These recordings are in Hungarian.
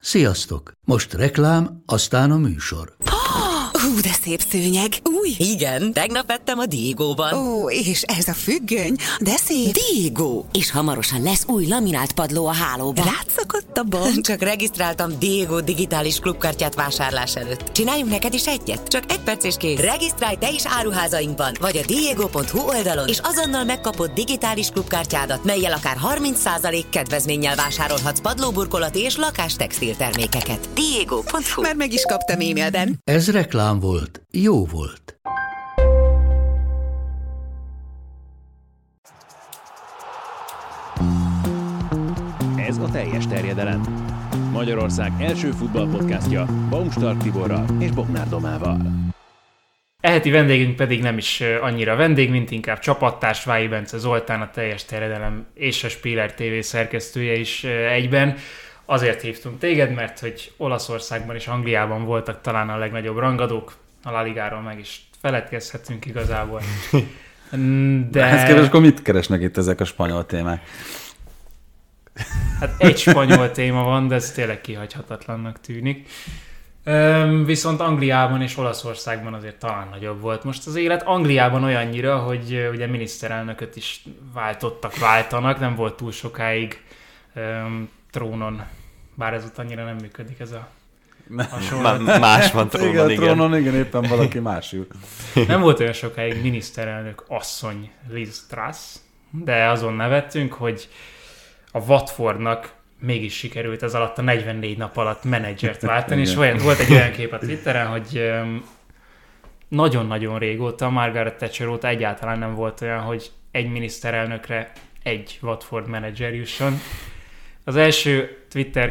Sziasztok! Most reklám, aztán a műsor. Hú, de szép szőnyeg. Új? Igen, tegnap vettem a Diegóban. Ó, és ez a függöny, de szép. Diegó! És hamarosan lesz új laminált padló a hálóban. Rátszakadt a bank. Csak regisztráltam Diegó digitális klubkártyát vásárlás előtt. Csináljunk neked is egyet? Csak 1 perc és kész. Regisztrálj te is áruházainkban, vagy a diego.hu oldalon, és azonnal megkapod digitális klubkártyádat, mellyel akár 30% kedvezménnyel vásárolhatsz padlóburkolati és lakástextil termékeket. Diego.hu. Már meg is kaptam e-mailben. Ez reklám volt, jó volt. Ez a teljes terjedelem. Magyarország első futballpodcastja Baumstark Tiborral és Bognár Domával. Eheti vendégünk pedig nem is annyira vendég, mint inkább csapattárs, Vályi Bence Zoltán, a teljes terjedelem és a Spiller TV szerkesztője is egyben. Azért hívtunk téged, mert hogy Olaszországban és Angliában voltak talán a legnagyobb rangadók, a La Ligáról meg is feledkezhetünk igazából. De ehhez képest akkor mit keresnek itt ezek a spanyol témák? Hát egy spanyol téma van, de ez tényleg kihagyhatatlannak tűnik. Viszont Angliában és Olaszországban azért talán nagyobb volt most az élet. Angliában olyannyira, hogy ugye miniszterelnököt is váltanak, nem volt túl sokáig trónon, bár ez ott annyira nem működik ez a hasonlat. Más van trónon, igen. Trónon, igen, éppen valaki más jut. Nem volt olyan sokáig miniszterelnök asszony Liz Truss, de azon nevettünk, hogy a Watfordnak mégis sikerült ez alatt a 44 nap alatt menedzsert váltani, és volt egy olyan kép a Twitteren, hogy nagyon-nagyon régóta, Margaret Thatcher óta egyáltalán nem volt olyan, hogy egy miniszterelnökre egy Watford menedzser jusson. Az első Twitter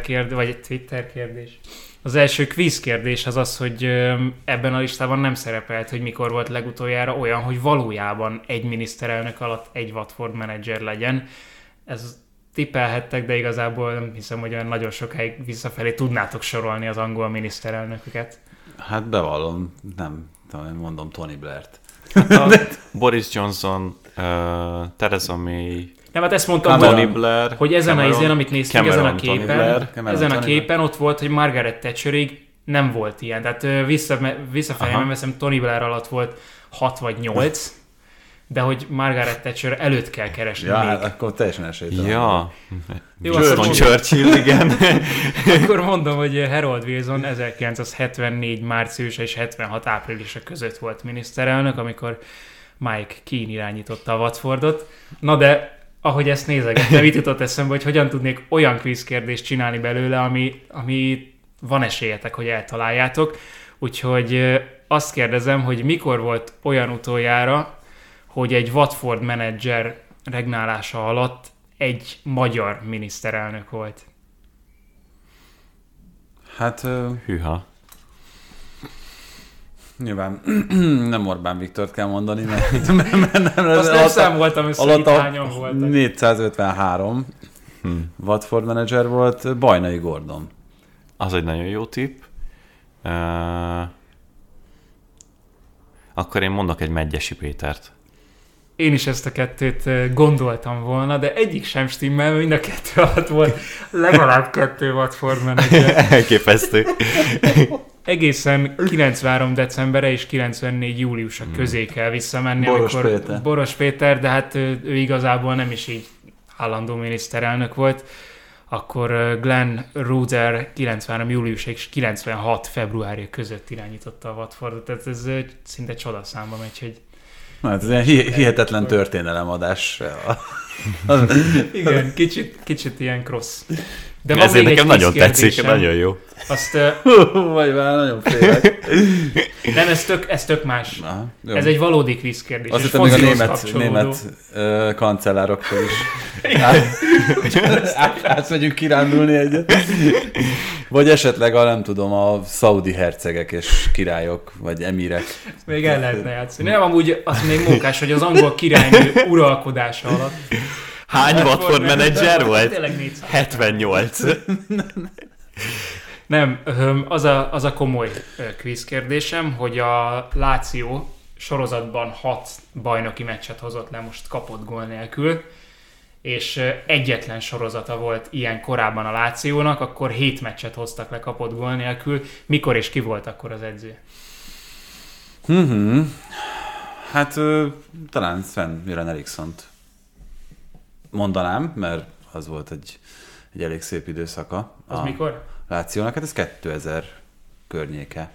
kérdés. Az első quiz kérdés az, hogy ebben a listában nem szerepelt, hogy mikor volt legutoljára olyan, hogy valójában egy miniszterelnök alatt egy Watford menedzser legyen. Ez tippelhettek, de igazából nem hiszem, hogy olyan nagyon sokáig visszafelé tudnátok sorolni az angol miniszterelnököket. Hát bevallom, nem mondom Tony Blair-t. Boris Johnson, Theresa May, nem, hát ezt mondtam, Tony Blair, hogy ezen a izén, amit néztünk, Cameron, ezen a képen ott volt, hogy Margaret Thatcherig nem volt ilyen. Tehát visszafelé nem veszem, Tony Blair alatt volt 6 vagy 8, de hogy Margaret Thatcher előtt kell keresni ja, még. Hát akkor teljesen esélytelen. Ja. Winston Churchill, igen. Akkor mondom, hogy Harold Wilson 1974 március és 76 áprilisa között volt miniszterelnök, amikor Mike Keane irányította a Watfordot. Na de, ahogy ezt nézegettem, itt jutott eszembe, hogy hogyan tudnék olyan quiz kérdést csinálni belőle, ami van esélyetek, hogy eltaláljátok. Úgyhogy azt kérdezem, hogy mikor volt olyan utoljára, hogy egy Watford menedzser regnálása alatt egy magyar miniszterelnök volt. Hát, hűha. Nyilván nem Orbán Viktort kell mondani, mert azt nem számoltam össze, hogy hányan voltak. 453 Watford menedzser volt, Bajnai Gordon. Az egy nagyon jó tipp. Akkor én mondok egy Medgyessy Pétert. Én is ezt a kettőt gondoltam volna, de egyik sem stimmel, mind a kettő alatt volt legalább 2 Watford menedzser. Elképesztő. Egészen 93 decembere és 94 júliusa közé kell visszamenni, Boros Péter, de hát ő igazából nem is így állandó miniszterelnök volt. Akkor Glenn Ruder 93 július és 96 februárja között irányította a Watfordot. Tehát ez szinte csodaszámba megy, hogy hát ez ilyen hihetetlen történelemadás. Igen, kicsit ilyen crossz. De ezért nekem nagyon tetszik, nagyon jó. Azt... Vagy már nagyon félek. Nem, ez tök más. Na, ez egy valódi quiz kérdés. Azt hittem még a német kancellároktól is. Átmegyünk kirándulni egyet. Vagy esetleg nem tudom, a szaudi hercegek és királyok, vagy emirek. Még el lehetne játszani. Nem, amúgy az még mókás, hogy az angol királynő uralkodása alatt. Hány Watford menedzser volt? 78. Nem, az a komoly quiz kérdésem, hogy a Lazio sorozatban 6 bajnoki meccset hozott le most kapott gól nélkül, és egyetlen sorozata volt ilyen korábban a Lációnak, akkor 7 meccset hoztak le kapott gól nélkül. Mikor és ki volt akkor az edző? Hát talán Sven-Göran Erikssont mondanám, mert az volt egy elég szép időszaka. Az mikor? Lációnak, hát ez 2000 környéke.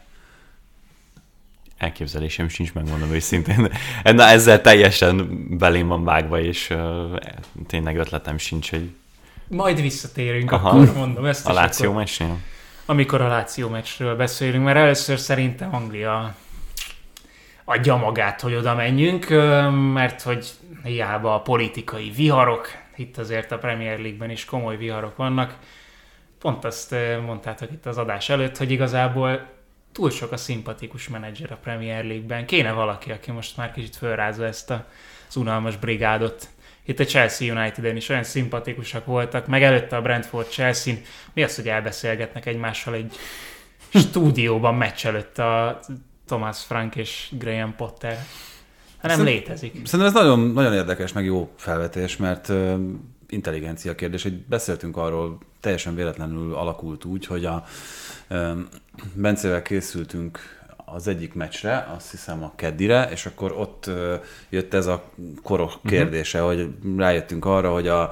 Elképzelésem sincs, megmondom őszintén. Na, ezzel teljesen belém van vágva, és tényleg ötletem sincs, hogy... Majd visszatérünk, akkor mondom ezt. A Láció meccsnél? Amikor a Láció meccsről beszélünk, mert először szerintem Anglia adja magát, hogy oda menjünk, mert hogy hiába a politikai viharok, itt azért a Premier League-ben is komoly viharok vannak. Pont azt mondtátok itt az adás előtt, hogy igazából túl sok a szimpatikus menedzser a Premier League-ben. Kéne valaki, aki most már kicsit fölrázza ezt az unalmas brigádot. Itt a Chelsea Uniteden is olyan szimpatikusak voltak, meg előtte a Brentford Chelsea. Mi az, hogy elbeszélgetnek egymással egy stúdióban meccs előtt a Thomas Frank és Graham Potter? Nem létezik. Szerintem ez nagyon, nagyon érdekes, meg jó felvetés, mert intelligencia kérdés, hogy beszéltünk arról, teljesen véletlenül alakult úgy, hogy a Bencével készültünk az egyik meccsre, azt hiszem a keddire, és akkor ott jött ez a korok kérdése, hogy rájöttünk arra, hogy a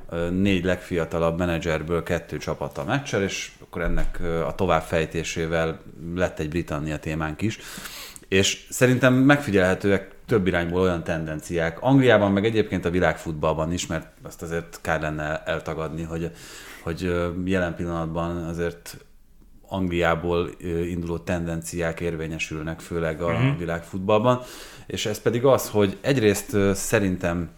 4 legfiatalabb menedzserből 2 csapat a meccsel, és akkor ennek a továbbfejtésével lett egy Britannia témánk is. És szerintem megfigyelhetőek több irányból olyan tendenciák. Angliában, meg egyébként a világfutballban is, mert azt azért kár lenne eltagadni, hogy jelen pillanatban azért Angliából induló tendenciák érvényesülnek, főleg a világfutballban. És ez pedig az, hogy egyrészt szerintem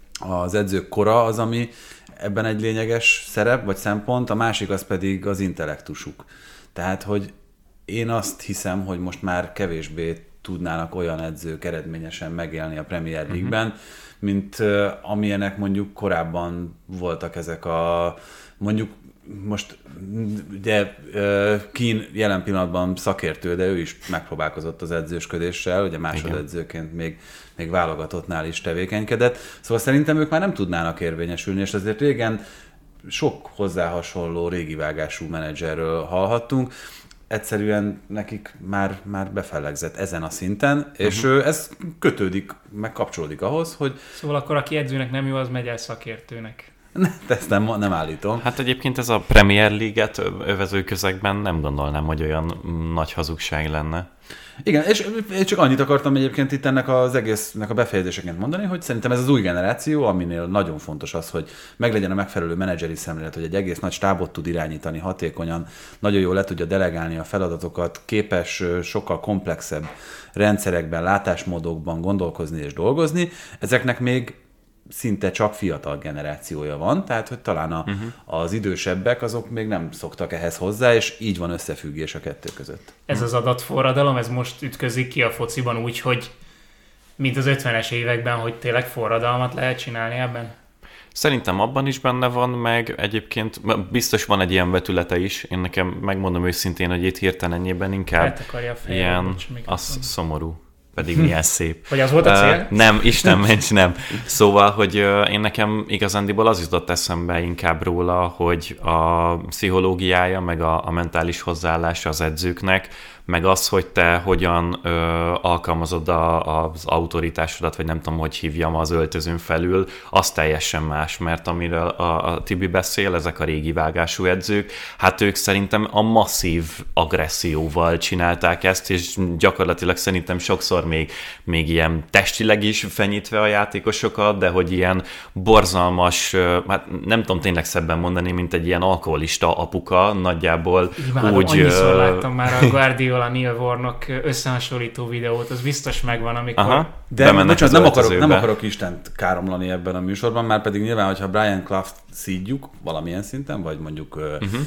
az edzők kora az, ami ebben egy lényeges szerep, vagy szempont, a másik az pedig az intellektusuk. Tehát, hogy én azt hiszem, hogy most már kevésbé tudnának olyan edzők eredményesen megélni a Premier League-ben, mint amilyenek mondjuk korábban voltak ezek a, mondjuk most ugye Keane jelen pillanatban szakértő, de ő is megpróbálkozott az edzősködéssel, ugye másodedzőként még válogatottnál is tevékenykedett. Szóval szerintem ők már nem tudnának érvényesülni, és azért régen sok hozzá hasonló régi vágású menedzserről hallhattunk. Egyszerűen nekik már befellegzett ezen a szinten, és ez kötődik, meg kapcsolódik ahhoz, hogy... Szóval akkor aki edzőnek nem jó, az megy el szakértőnek. Ezt nem állítom. Hát egyébként ez a Premier League-et övező közegben nem gondolnám, hogy olyan nagy hazugság lenne. Igen, és én csak annyit akartam egyébként itt ennek az egésznek a befejezéseként mondani, hogy szerintem ez az új generáció, aminél nagyon fontos az, hogy meglegyen a megfelelő menedzseri szemlélet, hogy egy egész nagy stábot tud irányítani hatékonyan, nagyon jól le tudja delegálni a feladatokat, képes sokkal komplexebb rendszerekben, látásmódokban gondolkozni és dolgozni. Ezeknek még szinte csak fiatal generációja van, tehát hogy talán az idősebbek azok még nem szoktak ehhez hozzá, és így van összefüggés a kettő között. Ez az adatforradalom, ez most ütközik ki a fociban úgy, hogy mint az 50-es években, hogy tényleg forradalmat lehet csinálni ebben? Szerintem abban is benne van, meg egyébként biztos van egy ilyen vetülete is. Én nekem megmondom őszintén, hogy itt hirtelen ennyiben inkább ilyen, az szomorú. Pedig milyen szép. Hogy az volt a cél? Nem, Isten ments, nem. Szóval, hogy én nekem igazándiból az jutott eszembe inkább róla, hogy a pszichológiája, meg a mentális hozzáállása az edzőknek, meg az, hogy te hogyan alkalmazod az autoritásodat, vagy nem tudom, hogy hívjam az öltözőn felül, az teljesen más, mert amiről a Tibi beszél, ezek a régi vágású edzők, hát ők szerintem a masszív agresszióval csinálták ezt, és gyakorlatilag szerintem sokszor még ilyen testileg is fenyítve a játékosokat, de hogy ilyen borzalmas, hát nem tudom tényleg szebben mondani, mint egy ilyen alkoholista apuka, nagyjából imádom, úgy... annyiszor láttam már a Guardiola Neil Warnock összehasonlító videót, az biztos megvan, amikor... Aha, de nem akarok Istent káromlani ebben a műsorban, már pedig nyilván, hogyha Brian Clough-t szídjuk valamilyen szinten, vagy mondjuk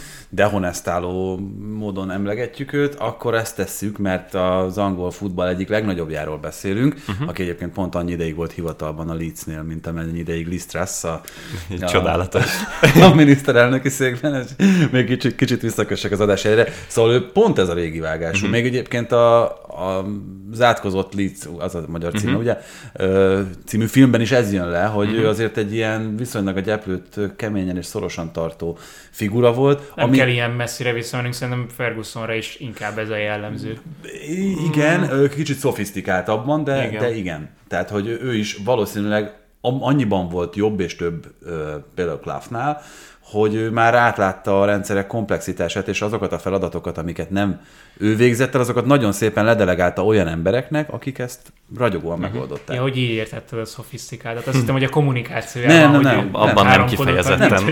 dehonestáló módon emlegetjük őt, akkor ezt tesszük, mert az angol futball egyik legnagyobbjáról beszélünk, aki egyébként pont annyi ideig volt hivatalban a Leedsnél, mint amennyi ideig Liz Truss, csodálatos. A miniszterelnöki székben, még kicsit visszakössek az adás helyre. Szóval ő pont ez a régi vágású. Még egyébként az átkozott Leeds, az a magyar cím, ugye, című filmben is ez jön le, hogy ő azért egy ilyen viszonylag a gyeplőt keményen és szorosan tartó figura volt. Nem kell ilyen messzire visszamenünk, szerintem Fergusonra is inkább ez a jellemző. Igen, kicsit szofisztikáltabban, de igen. Tehát, hogy ő is valószínűleg annyiban volt jobb és több például Cloughnál, hogy ő már átlátta a rendszerek komplexitását, és azokat a feladatokat, amiket nem ő végzett el, azokat nagyon szépen ledelegálta olyan embereknek, akik ezt ragyogóan megoldották. Ja, hogy így értetted a szofisztikáltat. Azt hittem, hogy a kommunikációjában, nem, abban nem kifejezetten.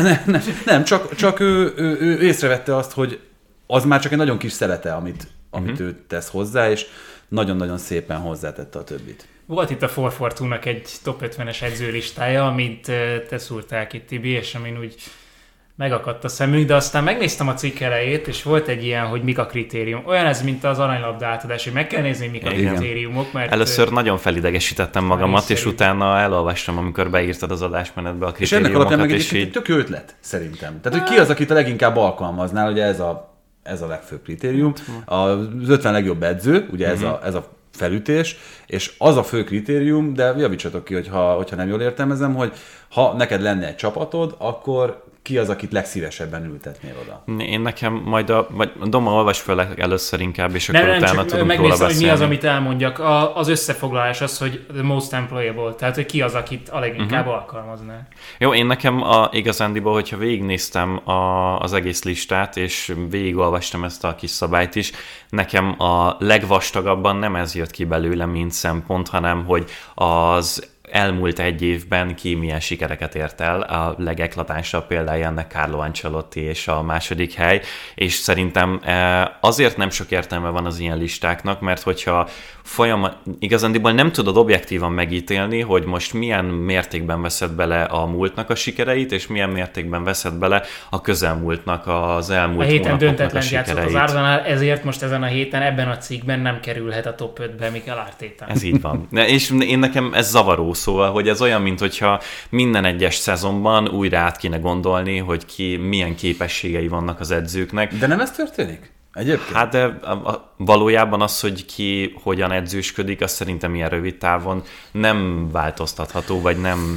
Csak ő észrevette azt, hogy az már csak egy nagyon kis szelete, amit ő tesz hozzá, és nagyon-nagyon szépen hozzátette a többit. Volt itt a Forfortúnak egy top 50-es edzőlistája, amit te szúrtál ki, Tibi, és amin úgy megakadt a szemünk, de aztán megnéztem a cikk elejét, és volt egy ilyen, hogy mik a kritérium. Olyan ez, mint az aranylabda átadás, hogy meg kell nézni, mik a kritériumok. Mert először nagyon felidegesítettem magamat, és utána elolvastam, amikor beírtad az adásmenetbe a kritériumokat. És ennek alapján meg egyébként tök jó ötlet, szerintem. Tehát, hogy ki az, akit a leginkább alkalmaznál, ugye ez a legfőbb kritérium. Az 50 legjobb edző, ugye ez a felütés, és az a fő kritérium, de javítsatok ki, hogyha nem jól értelmezem, hogy ha neked lenne egy csapatod, akkor ki az, akit legszívesebben ültetnél oda? Én nekem majd vagy Doma, olvasd fel először inkább, és akkor utána tudunk róla beszélni. Hogy mi az, amit elmondjak. Az összefoglalás az, hogy the most employable, tehát hogy ki az, akit a leginkább alkalmaznál. Jó, én nekem igazándiból, hogyha végignéztem az egész listát, és végigolvastam ezt a kis szabályt is, nekem a legvastagabban nem ez jött ki belőle, mint szempont, hanem hogy az elmúlt egy évben ki milyen sikereket ért el. A legeklatánsabb példája ennek Carlo Ancelotti és a második hely, és szerintem azért nem sok értelme van az ilyen listáknak, mert hogyha igazándiból nem tudod objektívan megítélni, hogy most milyen mértékben veszed bele a múltnak a sikereit, és milyen mértékben veszed bele a közelmúltnak, az elmúlt hónapoknak a sikereit. A héten döntetlen játszott az Arsenal, ezért most ezen a héten, ebben a cikkben nem kerülhet a top 5-be Mikel Arteta. Ez így van. És én nekem ez zavaró, szóval, hogy ez olyan, mintha minden egyes szezonban újra át kéne gondolni, hogy milyen képességei vannak az edzőknek. De nem ez történik? Egyébként? Hát de valójában az, hogy ki hogyan edzősködik, az szerintem ilyen rövid távon nem változtatható, vagy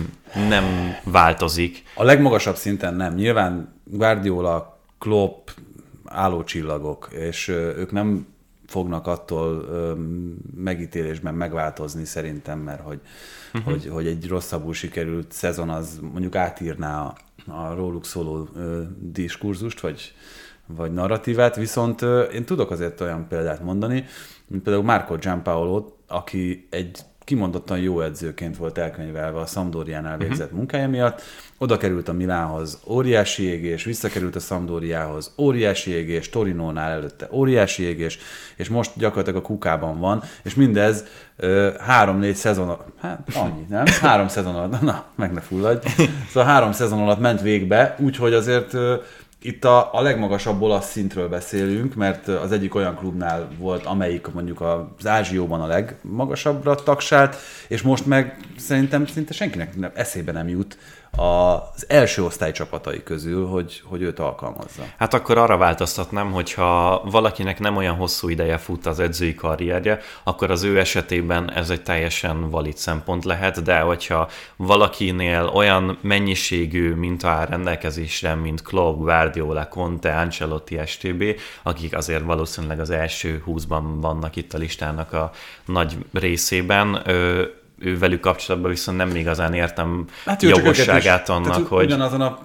nem változik. A legmagasabb szinten nem. Nyilván Guardiola, Klopp, állócsillagok, és ők nem fognak attól megítélésben megváltozni szerintem, mert hogy egy rosszabbul sikerült szezon az mondjuk átírná a róluk szóló diskurzust, vagy narratívát, viszont én tudok azért olyan példát mondani, mint például Marco Giampaolo, aki egy kimondottan jó edzőként volt elkönyvelve a Sampdoriánál végzett munkája miatt, oda került a Milánhoz, óriási égés, visszakerült a Sampdoriához, óriási égés, Torinónál előtte óriási égés, és most gyakorlatilag a kukában van, és mindez 3-4 szezon, hát annyi, nem? 3 szezon alatt, na, meg ne fulladj. Szóval 3 szezon alatt ment végbe, úgyhogy azért itt a legmagasabb olasz szintről beszélünk, mert az egyik olyan klubnál volt, amelyik mondjuk az Ázsióban a legmagasabbra tagsált, és most meg szerintem szinte senkinek eszébe nem jut az első osztály csapatai közül, hogy őt alkalmazza. Hát akkor arra változtatnám, hogyha valakinek nem olyan hosszú ideje fut az edzői karrierje, akkor az ő esetében ez egy teljesen valid szempont lehet, de hogyha valakinél olyan mennyiségű minta áll rendelkezésre, mint Klopp, Guardiola, Conte, Ancelotti, STB, akik azért valószínűleg az első 20-ban vannak itt a listának a nagy részében, ővelük kapcsolatban viszont nem igazán értem jogosságát annak, hogy... Ugyanazon a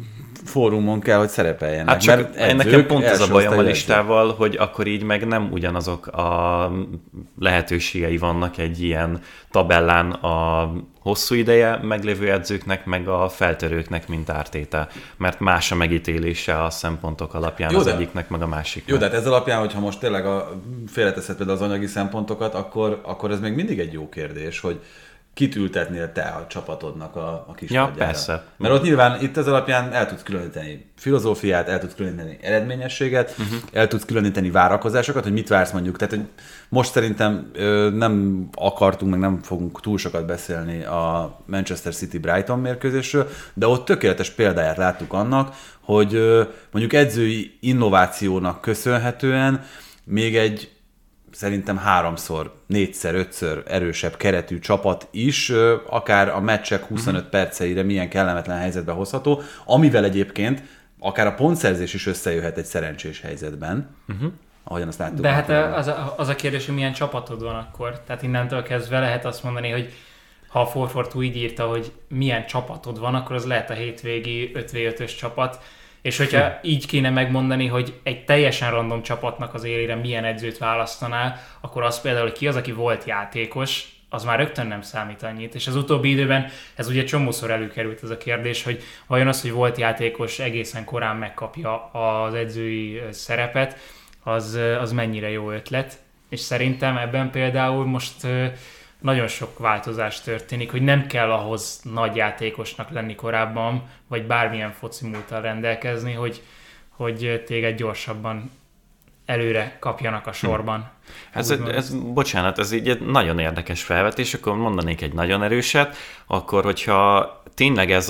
fórumon kell, hogy szerepeljenek. Hát csak nekem pont ez a bajom a listával, hogy akkor így meg nem ugyanazok a lehetőségei vannak egy ilyen tabellán a hosszú ideje meglévő edzőknek, meg a feltörőknek, mint Arteta. Mert más a megítélése a szempontok alapján az egyiknek, meg a másiknak. Jó, de hát ez alapján, hogyha most tényleg félreteszed például az anyagi szempontokat, akkor ez még mindig egy jó kérdés, hogy kit ültetnél te a csapatodnak a kis padjára. Persze. Mert ott nyilván itt ez alapján el tudsz különíteni filozófiát, el tudsz különíteni eredményességet, el tudsz különíteni várakozásokat, hogy mit vársz mondjuk. Tehát hogy most szerintem nem akartunk, meg nem fogunk túl sokat beszélni a Manchester City-Brighton mérkőzésről, de ott tökéletes példáját láttuk annak, hogy mondjuk edzői innovációnak köszönhetően még egy szerintem 3-szor, 4-szer, 5-ször erősebb keretű csapat is, akár a meccsek 25 perceire milyen kellemetlen helyzetbe hozható, amivel egyébként akár a pontszerzés is összejöhet egy szerencsés helyzetben, ahogyan azt láttuk. De hát az a kérdés, hogy milyen csapatod van akkor. Tehát innentől kezdve lehet azt mondani, hogy ha a Forfort így írta, hogy milyen csapatod van, akkor az lehet a hétvégi 5v5-ös csapat. És hogyha így kéne megmondani, hogy egy teljesen random csapatnak az élére milyen edzőt választanál, akkor az például, hogy ki az, aki volt játékos, az már rögtön nem számít annyit. És az utóbbi időben ez ugye csomószor előkerült ez a kérdés, hogy vajon az, hogy volt játékos egészen korán megkapja az edzői szerepet, az mennyire jó ötlet. És szerintem ebben például most nagyon sok változás történik, hogy nem kell ahhoz nagy játékosnak lenni korábban, vagy bármilyen foci múlttal rendelkezni, hogy téged gyorsabban előre kapjanak a sorban. Bocsánat, ez így egy nagyon érdekes felvetés, akkor mondanék egy nagyon erőset, akkor hogyha tényleg ez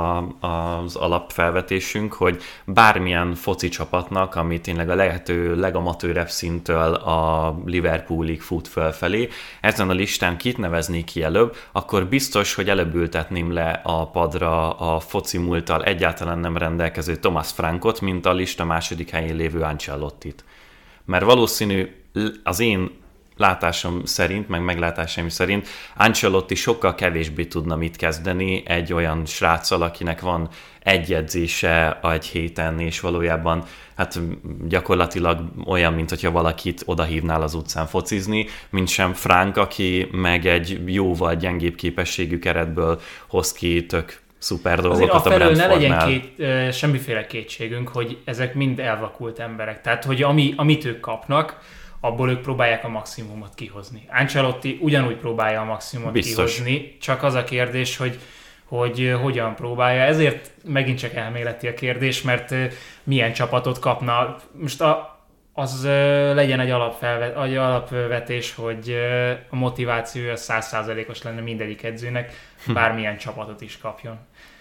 az alapfelvetésünk, hogy bármilyen foci csapatnak, ami tényleg a lehető legamatőrebb szinttől a Liverpoolig fut fölfelé, ezen a listán kit neveznék ki előbb, akkor biztos, hogy előbb ültetném le a padra a foci múlttal egyáltalán nem rendelkező Thomas Frankot, mint a lista második helyén lévő Ancelottit. Mert valószínű az én látásom szerint, meg meglátásaim szerint Ancelotti sokkal kevésbé tudna mit kezdeni egy olyan sráccal, akinek van egy edzése egy héten, és valójában hát gyakorlatilag olyan, mint hogyha valakit odahívnál az utcán focizni, mint sem Frank, aki meg egy jóval gyengébb képességű keretből hoz ki tök szuper dolgokat a Brentfordnál. Ne legyen semmiféle kétségünk, hogy ezek mind elvakult emberek. Tehát, hogy amit ők kapnak, abból ők próbálják a maximumot kihozni. Ancelotti ugyanúgy próbálja a maximumot kihozni, csak az a kérdés, hogy hogyan próbálja. Ezért megint csak elméleti a kérdés, mert milyen csapatot kapna. Most az legyen egy alapvetés, hogy a motivációja 100%-os lenne mindegyik edzőnek, bármilyen csapatot is kapjon.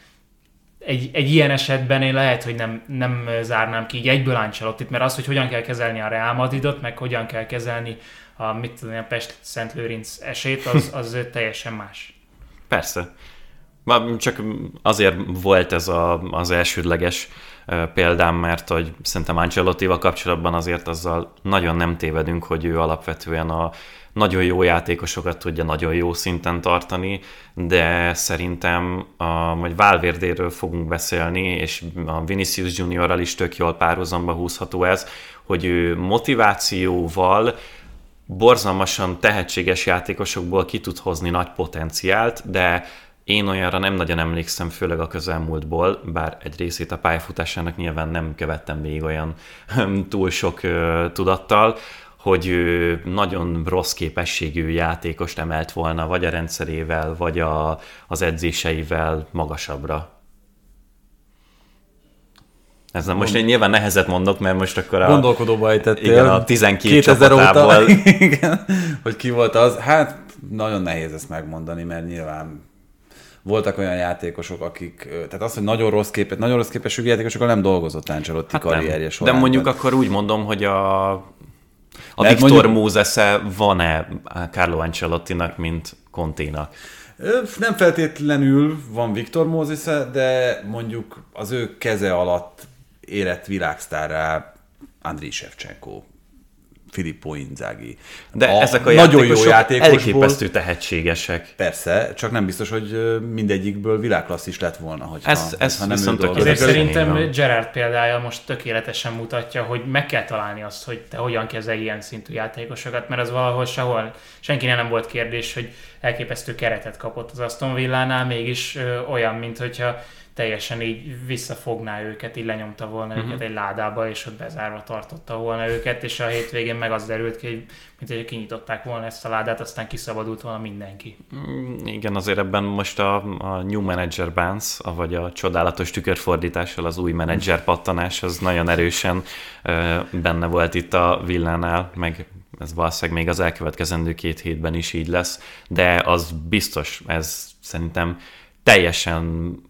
Egy ilyen esetben én lehet, hogy nem zárnám ki így egyből Ancelottit, mert az, hogy hogyan kell kezelni a Real Madridot, meg hogyan kell kezelni a Pest-Szent Lőrinc esélyt, az teljesen más. Persze. Csak azért volt ez az elsődleges példám, mert hogy szerintem Ancelottival kapcsolatban azért azzal nagyon nem tévedünk, hogy ő alapvetően a nagyon jó játékosokat tudja nagyon jó szinten tartani, de szerintem majd Valverdéről fogunk beszélni, és a Vinicius Juniorral is tök jól párhuzamba húzható ez, hogy ő motivációval borzalmasan tehetséges játékosokból ki tud hozni nagy potenciált, de én olyanra nem nagyon emlékszem, főleg a közelmúltból, bár egy részét a pályafutásának nyilván nem követtem még olyan túl sok tudattal, hogy ő nagyon rossz képességű játékost emelt volna, vagy a rendszerével, vagy az edzéseivel magasabbra. Ez nem, most én nyilván nehezet mondok, mert most akkor gondolkodóba ejtettél. Igen, a 12 csapatából. Igen, hogy ki volt az. Hát nagyon nehéz ezt megmondani, mert nyilván voltak olyan játékosok, akik, tehát az, hogy nagyon rossz képességű játékosokkal nem dolgozott Ancelotti karrierje során. De mondjuk akkor úgy mondom, hogy a Victor Mózese van-e Carlo Ancelottinak, mint Conténak? Nem feltétlenül van Victor Mózese, de mondjuk az ő keze alatt érett világsztárrá Andriy Shevchenko, Filippo Inzaghi. De ezek a nagyon jó játékosok elképesztő tehetségesek. Persze, csak nem biztos, hogy mindegyikből világklasszis lett volna, hogyha ez nem viszont ezért szerintem Gerrard példája most tökéletesen mutatja, hogy meg kell találni azt, hogy te hogyan kezelj ilyen szintű játékosokat, mert az valahol sehol senkinek nem volt kérdés, hogy elképesztő keretet kapott az Aston Villánál, mégis olyan, mint hogyha teljesen így visszafogná őket, így lenyomta volna őket egy ládába, és ott bezárva tartotta volna őket, és a hétvégén meg az derült ki, mint hogy kinyitották volna ezt a ládát, aztán kiszabadult volna mindenki. Igen, azért ebben most a New Manager Bounce, vagy a csodálatos tükörfordítással az új menedzser pattanás, az nagyon erősen benne volt itt a Villánál, meg ez valószínűleg még az elkövetkezendő 2 hétben is így lesz, de az biztos, ez szerintem teljesen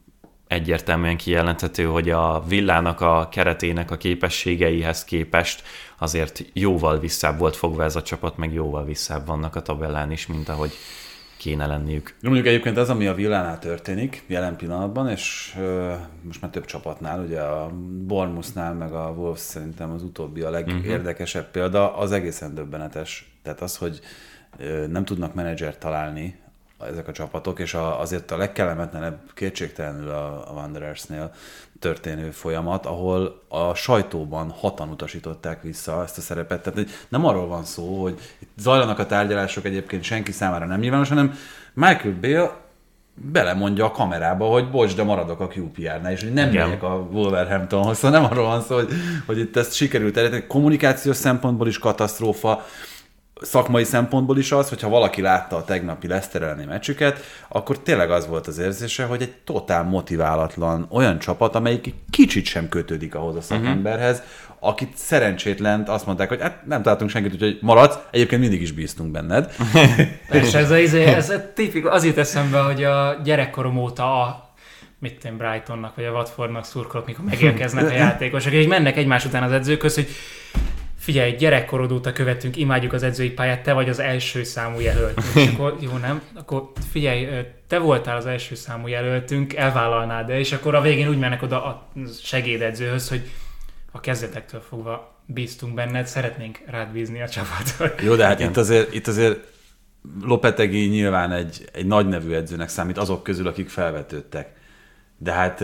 egyértelműen kijelenthető, hogy a Villának a keretének a képességeihez képest azért jóval visszább volt fogva ez a csapat, meg jóval visszább vannak a tabellán is, mint ahogy kéne lenniük. Mondjuk egyébként az, ami a Villánál történik jelen pillanatban, és most már több csapatnál, ugye a Bournemouthnál, meg a Wolves szerintem az utóbbi a legérdekesebb példa, az egészen döbbenetes. Tehát az, hogy nem tudnak menedzsert találni ezek a csapatok, és azért a legkellemetlenebb kétségtelenül a Wanderersnél történő folyamat, ahol a sajtóban hatan utasították vissza ezt a szerepet. Tehát nem arról van szó, hogy itt zajlanak a tárgyalások, egyébként senki számára nem nyilvános, hanem Michael Beale belemondja a kamerába, hogy bocs, de maradok a QPR-nál, és hogy nem megyek a Wolverhamptonhoz. Szóval nem arról van szó, hogy itt ezt sikerült elérni. Kommunikációs szempontból is katasztrófa, szakmai szempontból is az, hogyha valaki látta a tegnapi Leicester elleni meccsüket, akkor tényleg az volt az érzése, hogy egy totál motiválatlan olyan csapat, amelyik kicsit sem kötődik ahhoz a szakemberhez, akit szerencsétlent azt mondták, hogy hát nem találtunk senkit, úgyhogy maradsz, egyébként mindig is bíztunk benned. Persze, ez tipikus, az jut eszembe, hogy a gyerekkorom óta Brightonnak vagy a Watfordnak szurkolok, mikor megérkeznek a játékosok, és mennek egymás után az edzőköz, hogy figyelj, gyerekkorod óta követünk, imádjuk az edzői pályát, te vagy az első számú jelölt. És akkor, jó, nem? Akkor figyelj, te voltál az első számú jelöltünk, elvállalnád, de és akkor a végén úgy mennek oda a segédedzőhöz, hogy a kezdetektől fogva bíztunk benned, szeretnénk rád bízni a csapatot. Jó, de hát itt azért Lopetegui nyilván egy nagy nevű edzőnek számít azok közül, akik felvetődtek. De hát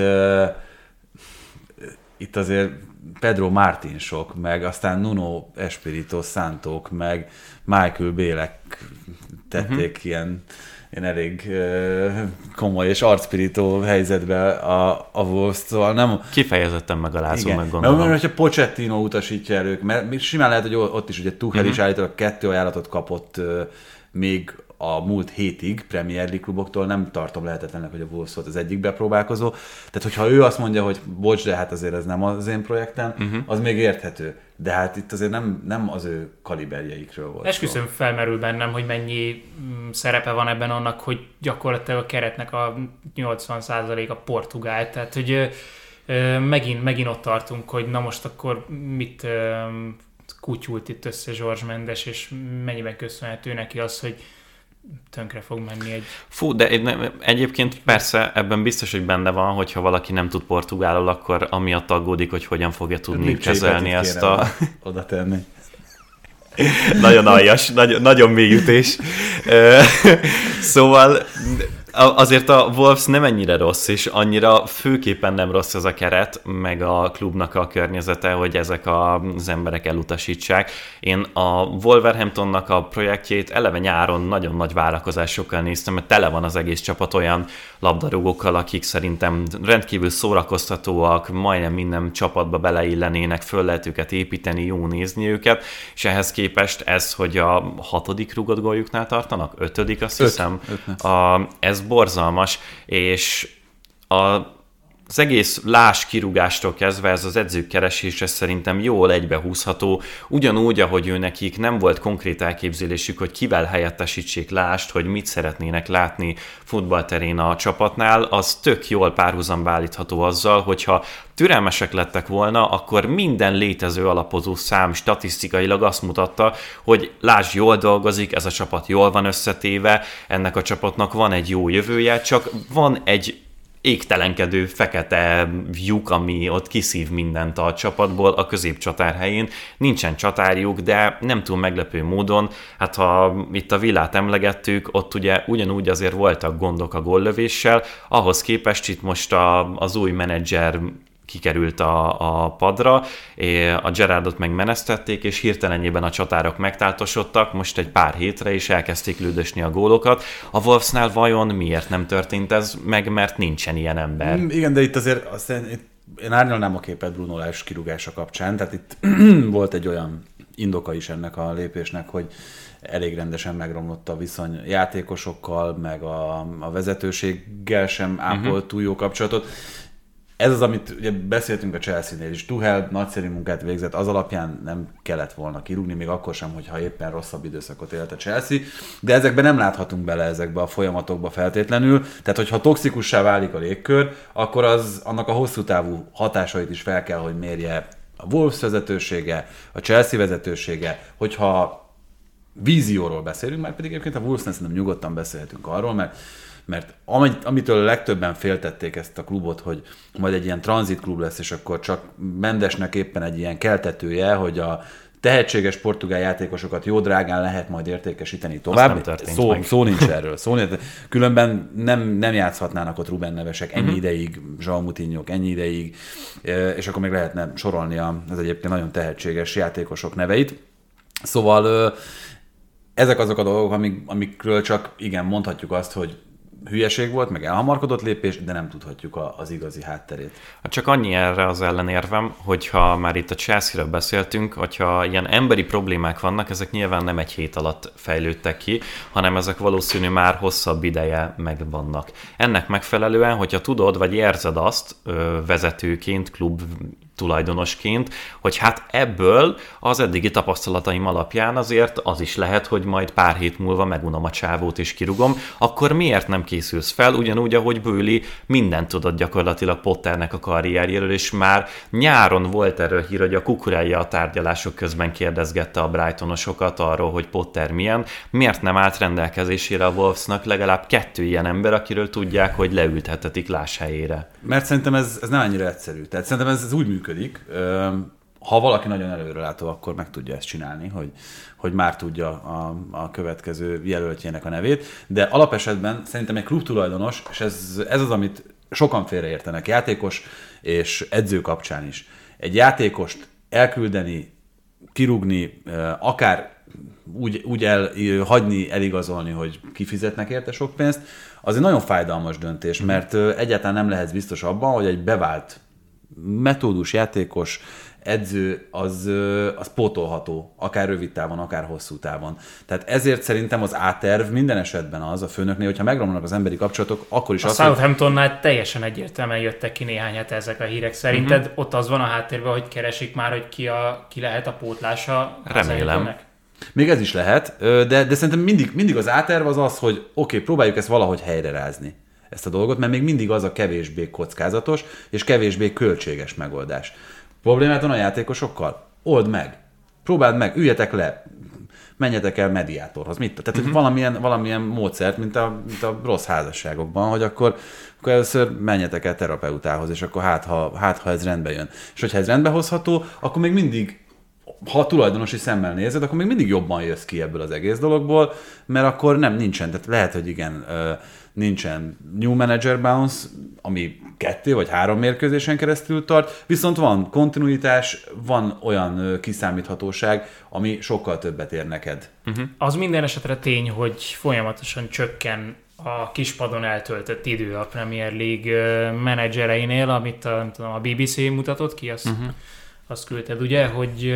itt azért Pedro Martinsok, meg aztán Nuno Espirito Santók, meg Michael Bélek tették ilyen elég komoly és arcpirító helyzetbe a Wolves, szóval nem... Kifejezetten megalázó, meg gondolom. Mert hogyha Pochettino utasítja el ők, mert simán lehet, hogy ott is ugye Tuchel is állítólag 2 ajánlatot kapott még a múlt hétig Premier League kluboktól, nem tartom lehetetlennek, hogy a Wolves volt az egyik bepróbálkozó. Tehát, hogyha ő azt mondja, hogy bocs, de hát azért ez nem az én projektem, az még érthető. De hát itt azért nem az ő kaliberjeikről volt. Esküszöm felmerül bennem, hogy mennyi szerepe van ebben annak, hogy gyakorlatilag a keretnek a 80% a portugál. Tehát, hogy megint ott tartunk, hogy na most akkor mit kutyult itt össze Jorge Mendes, és mennyiben köszönhető neki az, hogy tönkre fog menni egy... Fú, de egyébként persze ebben biztos, hogy benne van, hogyha valaki nem tud portugálul, akkor amiatt aggódik, hogy hogyan fogja tudni kezelni ezt a... oda tenni. Nagyon aljas, nagyon mély ütés. Szóval azért a Wolves nem ennyire rossz, és annyira főképpen nem rossz ez a keret, meg a klubnak a környezete, hogy ezek az emberek elutasítsák. Én a Wolverhamptonnak a projektjét eleve nyáron nagyon nagy várakozásokkal néztem, mert tele van az egész csapat olyan labdarúgókkal, akik szerintem rendkívül szórakoztatóak, majdnem minden csapatba beleillenének, föl lehet őket építeni, jó nézni őket, és ehhez képest ez, hogy a 6. rúgott góljuknál tartanak, 5. azt hiszem, ez borzalmas, és az egész kirúgástól kezdve ez az edzők keresése szerintem jól egybehúzható, ugyanúgy, ahogy ő nekik nem volt konkrét elképzelésük, hogy kivel helyettesítsék Lást, hogy mit szeretnének látni futballterén a csapatnál, az tök jól párhuzamba állítható azzal, hogyha türelmesek lettek volna, akkor minden létező alapozó szám statisztikailag azt mutatta, hogy Lásd jól dolgozik, ez a csapat jól van összetéve, ennek a csapatnak van egy jó jövője, csak van egy égtelenkedő fekete lyuk, ami ott kiszív mindent a csapatból a középcsatár helyén. Nincsen csatárjuk, de nem túl meglepő módon, hát ha itt a Villát emlegettük, ott ugye ugyanúgy azért voltak gondok a góllövéssel, ahhoz képest itt most az új menedzser kikerült a padra, a Gerrardot megmenesztették, és hirtelenjében a csatárok megtáltosodtak, most egy pár hétre is elkezdték lődösni a gólokat. A Wolvesnál vajon miért nem történt ez meg, mert nincsen ilyen ember? Igen, de itt azért én árnyalnám a képet Bruno Lage kirúgása kapcsán, tehát itt volt egy olyan indoka is ennek a lépésnek, hogy elég rendesen megromlott a viszony játékosokkal, meg a vezetőséggel sem ápolt túl jó kapcsolatot. Ez az, amit ugye beszéltünk a Chelsea-nél is. Tuchel nagyszerű munkát végzett, az alapján nem kellett volna kirúgni, még akkor sem, hogyha éppen rosszabb időszakot élt a Chelsea, de ezekben nem láthatunk bele ezekbe a folyamatokba feltétlenül. Tehát, hogyha toxikussá válik a légkör, akkor annak a hosszú távú hatásait is fel kell, hogy mérje a Wolves vezetősége, a Chelsea vezetősége, hogyha vízióról beszélünk, már pedig egyébként a Wolvesnél szerintem nyugodtan beszélhetünk arról, mert amitől legtöbben féltették ezt a klubot, hogy majd egy ilyen tranzitklub lesz, és akkor csak Mendesnek éppen egy ilyen keltetője, hogy a tehetséges portugál játékosokat jó drágán lehet majd értékesíteni tovább. Szó nincs erről. Különben nem játszhatnának ott Ruben Nevesek ennyi ideig, João Moutinhók ennyi ideig, és akkor még lehetne sorolni az egyébként nagyon tehetséges játékosok neveit. Szóval ezek azok a dolgok, amikről csak igen, mondhatjuk azt, hogy hülyeség volt, meg elhamarkodott lépés, de nem tudhatjuk az igazi hátterét. Csak annyi erre az ellenérvem, hogyha már itt a Chelsea-ről beszéltünk, hogyha ilyen emberi problémák vannak, ezek nyilván nem egy hét alatt fejlődtek ki, hanem ezek valószínű már hosszabb ideje megvannak. Ennek megfelelően, hogyha tudod, vagy érzed azt vezetőként, klub tulajdonosként, hogy hát ebből az eddigi tapasztalataim alapján azért az is lehet, hogy majd pár hét múlva megunom a csávót és kirugom, akkor miért nem készülsz fel, ugyanúgy, ahogy Bőli mindent tudott gyakorlatilag Potternek a karrierjéről, és már nyáron volt erről hír, hogy a Cucurella a tárgyalások közben kérdezgette a Brightonosokat arról, hogy Potter milyen, miért nem állt rendelkezésére a Wolvesnak legalább 2 ilyen ember, akiről tudják, hogy leülthetetik láshelyére. Mert szerintem ez nem annyira egyszerű. Tehát szerintem ez úgy működik, ha valaki nagyon előrelátó, akkor meg tudja ezt csinálni, hogy már tudja a következő jelöltjének a nevét, de alapesetben szerintem egy klubtulajdonos, és ez az, amit sokan félreértenek, játékos és edző kapcsán is. Egy játékost elküldeni, kirúgni, akár úgy hagyni, eligazolni, hogy kifizetnek érte sok pénzt, az egy nagyon fájdalmas döntés, mert egyáltalán nem lehetsz biztos abban, hogy egy bevált metódus játékos, edző az pótolható, akár rövid távon, akár hosszú távon. Tehát ezért szerintem az A-terv minden esetben az a főnöknél, hogyha megromlanak az emberi kapcsolatok, akkor is a Southamptonnál teljesen egyértelműen jöttek ki néhány hete ezek a hírek. Szerinted ott az van a háttérben, hogy keresik már, hogy ki lehet a pótlása? Remélem. Még ez is lehet, de szerintem mindig az A-terv az, hogy oké, próbáljuk ezt valahogy helyrerázni, ezt a dolgot, mert még mindig az a kevésbé kockázatos és kevésbé költséges megoldás. Problémát van a játékosokkal? Old meg. Próbáld meg, üljetek le, menjetek el mediátorhoz. Tehát valamilyen módszert, mint a rossz házasságokban, hogy akkor először menjetek el terapeutához, és akkor hát ha ez rendbe jön. És hogyha ez rendbe hozható, akkor még mindig, ha tulajdonosi szemmel nézed, akkor még mindig jobban jössz ki ebből az egész dologból, mert akkor nincsen, tehát lehet, hogy igen, nincsen new manager bounce, ami 2 vagy 3 mérkőzésen keresztül tart, viszont van kontinuitás, van olyan kiszámíthatóság, ami sokkal többet ér neked. Az minden esetre tény, hogy folyamatosan csökken a kispadon eltöltött idő a Premier League menedzsereinél, amit a BBC mutatott ki, azt küldted, ugye, hogy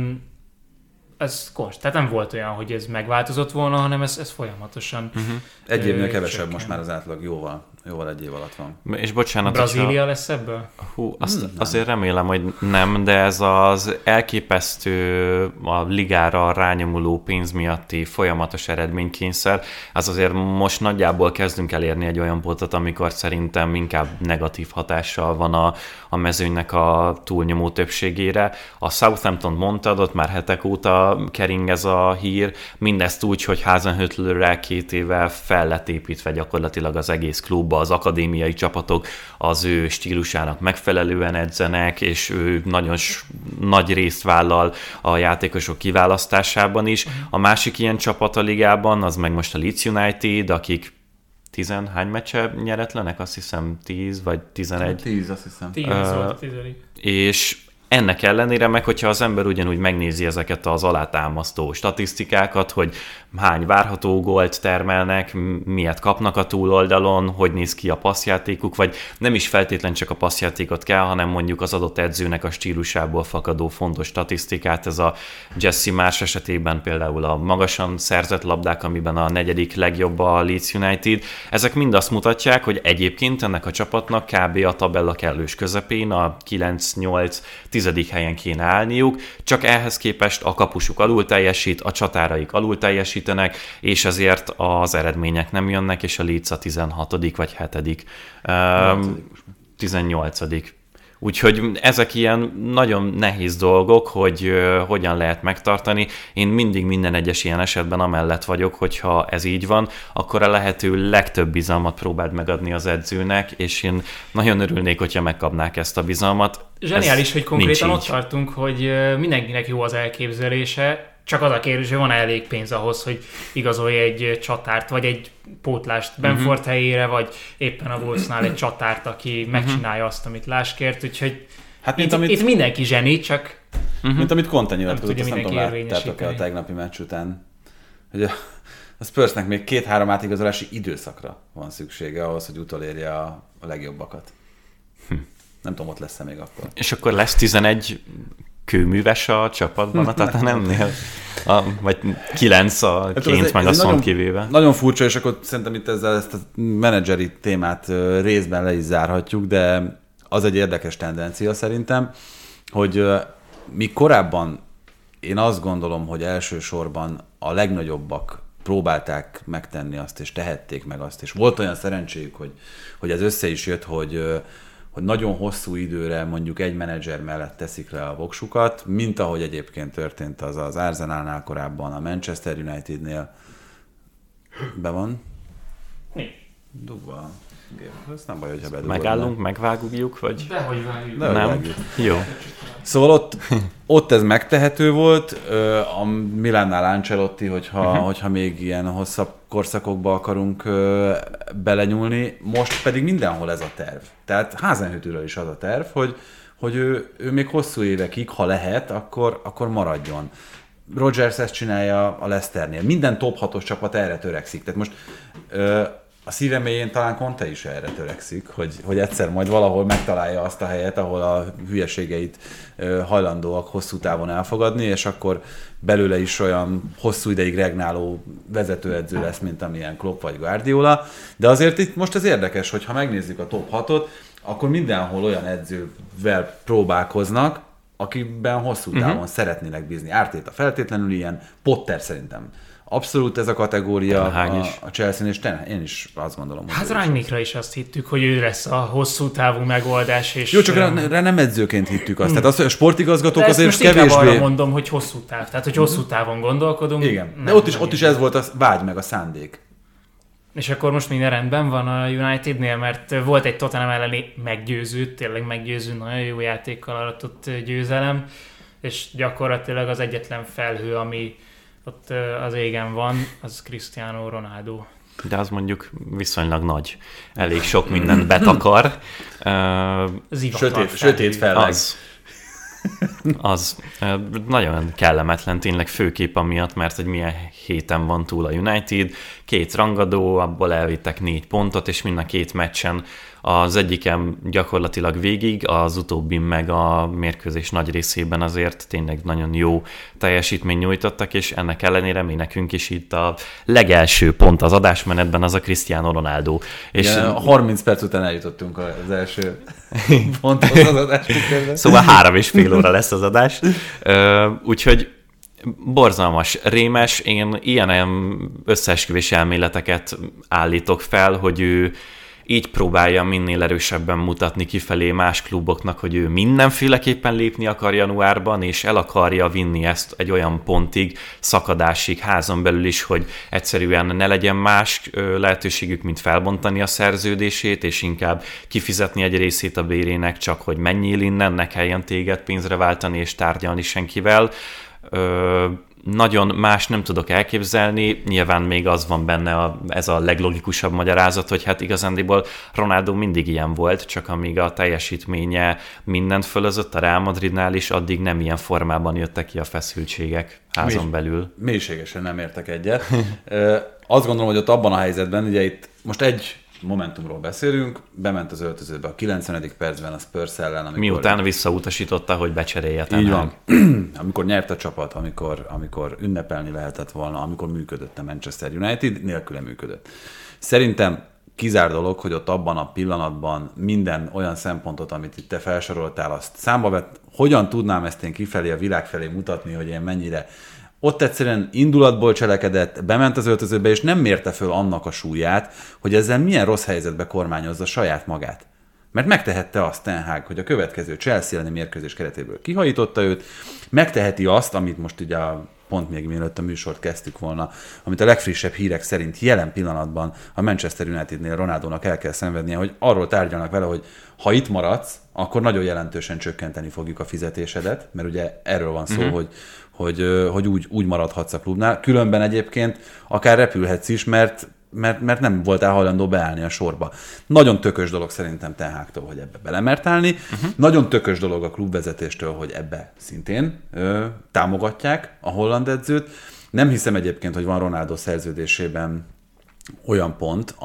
tehát nem volt olyan, hogy ez megváltozott volna, hanem ez folyamatosan egy évnél kevesebb most már az átlag, jóval egy év alatt van. És bocsánat, Brazília lesz ebből? Azért remélem, hogy nem, de ez az elképesztő a ligára rányomuló pénz miatti folyamatos eredménykényszer, az azért most nagyjából kezdünk elérni egy olyan pontot, amikor szerintem inkább negatív hatással van a mezőnynek a túlnyomó többségére. A Southampton mondtad, ott már hetek óta kering ez a hír, mindezt úgy, hogy Hasenhüttlre 2 éve fel lett építve gyakorlatilag az egész klubba, az akadémiai csapatok az ő stílusának megfelelően edzenek, és ő nagyon nagy részt vállal a játékosok kiválasztásában is. A másik ilyen csapat a ligában, az meg most a Leeds United, akik hány meccse nyeretlenek? Azt hiszem 10 vagy 11. 10, azt hiszem. 10 volt a 10. És ennek ellenére meg, hogyha az ember ugyanúgy megnézi ezeket az alátámasztó statisztikákat, hogy hány várható gólt termelnek, miért kapnak a túloldalon, hogy néz ki a passzjátékuk, vagy nem is feltétlen csak a passzjátékot kell, hanem mondjuk az adott edzőnek a stílusából fakadó fontos statisztikát. Ez a Jesse Marsh esetében például a magasan szerzett labdák, amiben a 4. legjobb a Leeds United. Ezek mind azt mutatják, hogy egyébként ennek a csapatnak kb. A tabella kellős közepén, a 9-8-10. helyen kéne állniuk, csak ehhez képest a kapusuk alul teljesít, a csatáraik alul teljesítenek, és ezért az eredmények nem jönnek, és a Leeds a 16. vagy 7. 18. Úgyhogy ezek ilyen nagyon nehéz dolgok, hogy hogyan lehet megtartani. Én mindig minden egyes ilyen esetben amellett vagyok, hogyha ez így van, akkor a lehető legtöbb bizalmat próbáld megadni az edzőnek, és én nagyon örülnék, hogyha megkapnák ezt a bizalmat. Zseniális, hogy konkrétan ott tartunk, hogy mindenkinek jó az elképzelése, csak az a kérdés, hogy van-e elég pénz ahhoz, hogy igazolja egy csatárt, vagy egy pótlást Benford helyére, vagy éppen a Wolvesnál egy csatárt, aki megcsinálja azt, amit Lás kért, úgyhogy hát, itt mindenki zseni, csak mint amit Conte nyilatkozott, azt nem tudom, láttátok-e a tegnapi meccs után, hogy a Spursnek még 2-3 átigazolási időszakra van szüksége ahhoz, hogy utolérje a legjobbakat. Nem tudom, ott lesz-e még akkor. És akkor lesz 11 kőműves a csapatban a Tottenhamnél? Vagy 9 a Ként meg a Son kivéve? Nagyon furcsa, és akkor szerintem itt ezzel ezt a menedzseri témát részben le is zárhatjuk, de az egy érdekes tendencia szerintem, hogy míg korábban én azt gondolom, hogy elsősorban a legnagyobbak próbálták megtenni azt, és tehették meg azt, és volt olyan szerencséjük, hogy ez össze is jött, hogy nagyon hosszú időre mondjuk egy menedzser mellett teszik le a voksukat, mint ahogy egyébként történt az Arsenalnál korábban, a Manchester Unitednél. Be van? Mi? Dugva. Ez nem baj, hogyha bedugod. Megállunk, megvágjuk, vagy? Dehogy vágjuk. Nem? Jó. Szóval ott ez megtehető volt, a Milánnál Ancelotti, hogyha még ilyen hosszabb korszakokba akarunk belenyúlni, most pedig mindenhol ez a terv. Tehát Hasenhüttl is az a terv, hogy ő még hosszú évekig, ha lehet, akkor maradjon. Rodgers ezt csinálja a Leicesternél. Minden top 6-os csapat erre törekszik. Tehát most a szíve mélyén talán Conte is erre törekszik, hogy egyszer majd valahol megtalálja azt a helyet, ahol a hülyeségeit hajlandóak hosszú távon elfogadni, és akkor belőle is olyan hosszú ideig regnáló vezetőedző lesz, mint amilyen Klopp vagy Guardiola. De azért itt most ez érdekes, hogy ha megnézzük a top 6-ot, akkor mindenhol olyan edzővel próbálkoznak, akiben hosszú távon szeretnének bízni. Arteta feltétlenül ilyen, Potter szerintem abszolút ez a kategória a Chelsea-n, és én is azt gondolom. Hát Rangnickra is azt hittük, hogy ő lesz a hosszú távú megoldás. És jó, csak rá nem edzőként hittük azt. Tehát a sportigazgatók azért most kevésbé... arra mondom, hogy hosszú táv. Tehát, hogy hosszú távon gondolkodunk. Igen, de ott is ez volt a vágy meg a szándék. És akkor most minden rendben van a Unitednél, mert volt egy Tottenham elleni tényleg meggyőző, nagyon jó játékkal aratott győzelem, és gyakorlatilag az egyetlen felhő, ami ott az égen van, az Cristiano Ronaldo. De az mondjuk viszonylag nagy. Elég sok mindent betakar. Sötét felleg. Az nagyon kellemetlen tényleg főképp amiatt, mert hogy milyen héten van túl a United. 2 rangadó, abból elvittek 4 pontot, és mind a 2 meccsen az egyiken gyakorlatilag végig, az utóbbin meg a mérkőzés nagy részében azért tényleg nagyon jó teljesítményt nyújtottak, és ennek ellenére mi nekünk is itt a legelső pont az adásmenetben az a Cristiano Ronaldo. És igen, 30 perc után eljutottunk az első ponthoz az adásmenetben. Szóval 3,5 óra lesz az adás. Úgyhogy borzalmas, rémes, én ilyen összeesküvés elméleteket állítok fel, hogy ő így próbálja minél erősebben mutatni kifelé más kluboknak, hogy ő mindenféleképpen lépni akar januárban, és el akarja vinni ezt egy olyan pontig, szakadásig házon belül is, hogy egyszerűen ne legyen más lehetőségük, mint felbontani a szerződését, és inkább kifizetni egy részét a bérének, csak hogy menjél innen, ne kelljen téged pénzre váltani és tárgyalni senkivel. nagyon más nem tudok elképzelni, nyilván még az van benne, ez a leglogikusabb magyarázat, hogy hát igazándiból Ronaldo mindig ilyen volt, csak amíg a teljesítménye mindent fölözött a Real Madridnál is, addig nem ilyen formában jöttek ki a feszültségek házon belül. Mélységesen nem értek egyet. Azt gondolom, hogy ott abban a helyzetben, ugye itt most egy Momentumról beszélünk, bement az öltözőbe a 90. percben a Spurs ellen, amikor... Miután visszautasította, hogy becserélje Ten Hag. Így van. Amikor nyert a csapat, amikor ünnepelni lehetett volna, amikor működött a Manchester United, nélküle működött. Szerintem kizár dolog, hogy ott abban a pillanatban minden olyan szempontot, amit itt te felsoroltál, azt számba vett, hogyan tudnám ezt én kifelé, a világ felé mutatni, hogy én mennyire... Ott egyszerűen indulatból cselekedett, bement az öltözőbe, és nem mérte föl annak a súlyát, hogy ezzel milyen rossz helyzetbe kormányozza saját magát. Mert megtehette azt Ten Hag, hogy a következő Chelsea elleni mérkőzés keretéből kihajította őt, megteheti azt, amit most ugye pont még mielőtt a műsort kezdtük volna, amit a legfrissebb hírek szerint jelen pillanatban a Manchester Unitednél Ronaldónak el kell szenvednie, hogy arról tárgyalnak vele, hogy ha itt maradsz, akkor nagyon jelentősen csökkenteni fogjuk a fizetésedet, mert ugye erről van szó, hogy úgy maradhatsz a klubnál. Különben egyébként akár repülhetsz is, mert nem voltál hajlandó beállni a sorba. Nagyon tökös dolog szerintem Ten Hagtól, hogy ebbe belemert állni. Nagyon tökös dolog a klubvezetéstől, hogy ebbe szintén támogatják a holland edzőt. Nem hiszem egyébként, hogy van Ronaldo szerződésében olyan pont,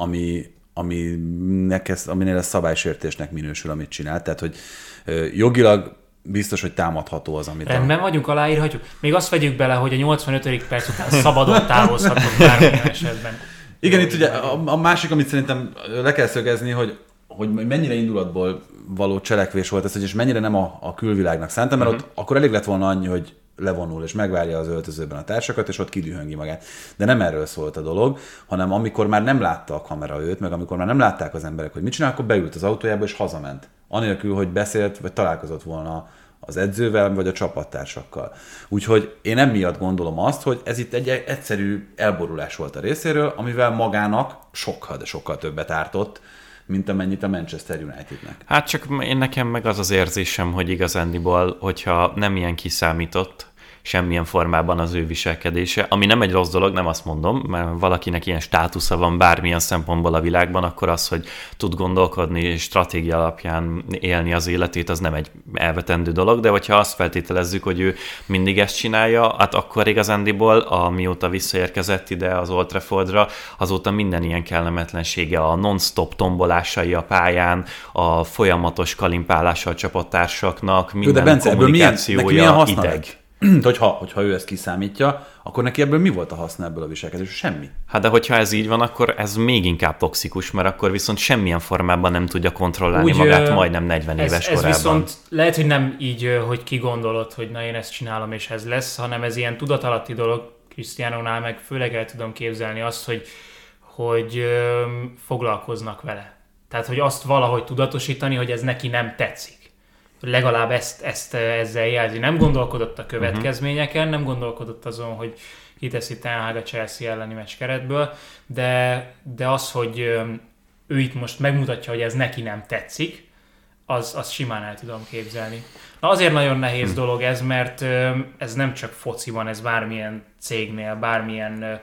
aminél ez szabálysértésnek minősül, amit csinál. Tehát, hogy jogilag biztos, hogy támadható az, amit... Rendben vagyunk, aláírhatjuk. Még azt vegyük bele, hogy a 85. perc után szabadon távozhatunk bármilyen esetben. Igen, itt ugye a másik, amit szerintem le kell szögezni, hogy mennyire indulatból való cselekvés volt ez, és mennyire nem a külvilágnak szántam, mert ott akkor elég lett volna annyi, hogy levonul és megvárja az öltözőben a társakat, és ott kidühöngi magát. De nem erről szólt a dolog, hanem amikor már nem látta a kamera őt, meg amikor már nem látták az emberek, hogy mit csinál, akkor beült az autójába és hazament. Anélkül, hogy beszélt, vagy találkozott volna az edzővel, vagy a csapattársakkal. Úgyhogy én emiatt gondolom azt, hogy ez itt egy egyszerű elborulás volt a részéről, amivel magának sokkal, de sokkal többet ártott, mint amennyit a Manchester Unitednek. Hát csak nekem meg az az érzésem, hogy igazándiból, hogyha nem ilyen kiszámított semmilyen formában az ő viselkedése, ami nem egy rossz dolog, nem azt mondom, mert valakinek ilyen státusza van bármilyen szempontból a világban, akkor az, hogy tud gondolkodni és stratégia alapján élni az életét, az nem egy elvetendő dolog, de hogyha azt feltételezzük, hogy ő mindig ezt csinálja, hát akkor igazándiból, amióta visszaérkezett ide az Old Traffordra, azóta minden ilyen kellemetlensége, a non-stop tombolásai a pályán, a folyamatos kalimpálása a csapattársaknak, minden kommunikációja ideg. Hogyha ő ezt kiszámítja, akkor neki ebből mi volt a haszna ebből a viselkedésből? Semmi. Hát de hogyha ez így van, akkor ez még inkább toxikus, mert akkor viszont semmilyen formában nem tudja kontrollálni magát majdnem 40 éves korában. Ez viszont lehet, hogy nem így, hogy kigondolod, hogy na én ezt csinálom és ez lesz, hanem ez ilyen tudatalatti dolog. Cristianónál meg főleg el tudom képzelni azt, hogy foglalkoznak vele. Tehát, hogy azt valahogy tudatosítani, hogy ez neki nem tetszik. Legalább ezzel jelzi. Nem gondolkodott a következményeken, nem gondolkodott azon, hogy kiteszi Ten Hag a Chelsea elleni meccs keretből, de az, hogy ő itt most megmutatja, hogy ez neki nem tetszik, az simán el tudom képzelni. Na azért nagyon nehéz dolog ez, mert ez nem csak fociban, ez bármilyen cégnél, bármilyen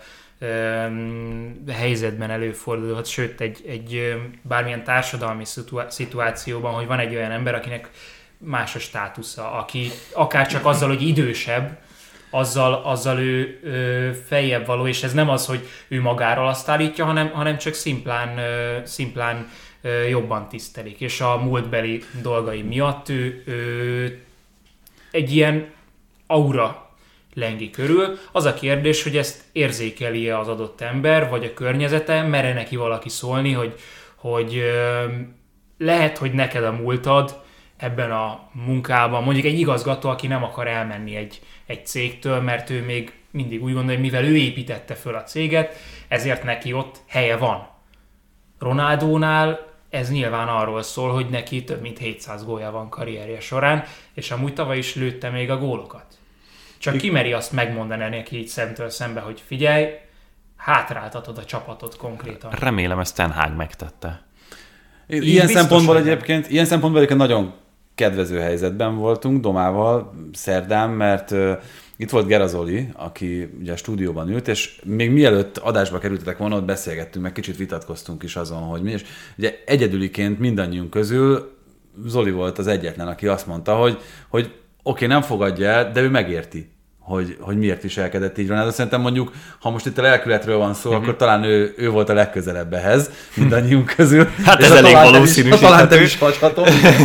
helyzetben előfordulhat, sőt egy bármilyen társadalmi szituációban, hogy van egy olyan ember, akinek más a státusza, aki akár csak azzal, hogy idősebb, azzal ő feljebb való, és ez nem az, hogy ő magáról azt állítja, hanem csak szimplán jobban tisztelik, és a múltbeli dolgai miatt ő egy ilyen aura lengi körül. Az a kérdés, hogy ezt érzékeli-e az adott ember, vagy a környezete, mere neki valaki szólni, hogy lehet, hogy neked a múltad ebben a munkában, mondjuk egy igazgató, aki nem akar elmenni egy cégtől, mert ő még mindig úgy gondolja, hogy mivel ő építette föl a céget, ezért neki ott helye van. Ronaldónál ez nyilván arról szól, hogy neki több mint 700 gólja van karrierje során, és amúgy tavaly is lőtte még a gólokat. Csak kimeri azt megmondani neki így szemtől szembe, hogy figyelj, hátráltatod a csapatot konkrétan. Remélem ezt Ten Hag megtette. Ilyen szempontból egyébként nagyon kedvező helyzetben voltunk Domával szerdán, mert itt volt Gerazoli, aki ugye a stúdióban ült, és még mielőtt adásba kerültetek volna, ott beszélgettünk, meg kicsit vitatkoztunk is azon, hogy mi, és ugye egyedüliként mindannyiunk közül Zoli volt az egyetlen, aki azt mondta, hogy oké, nem fogadja el, de ő megérti, hogy miért viselkedett így Ronaldo. Szerintem mondjuk, ha most itt a lelkületről van szó, akkor talán ő volt a legközelebb ehhez mindannyiunk közül. Hát ez elég valószínűsíthető. Talán te is hagyhatod.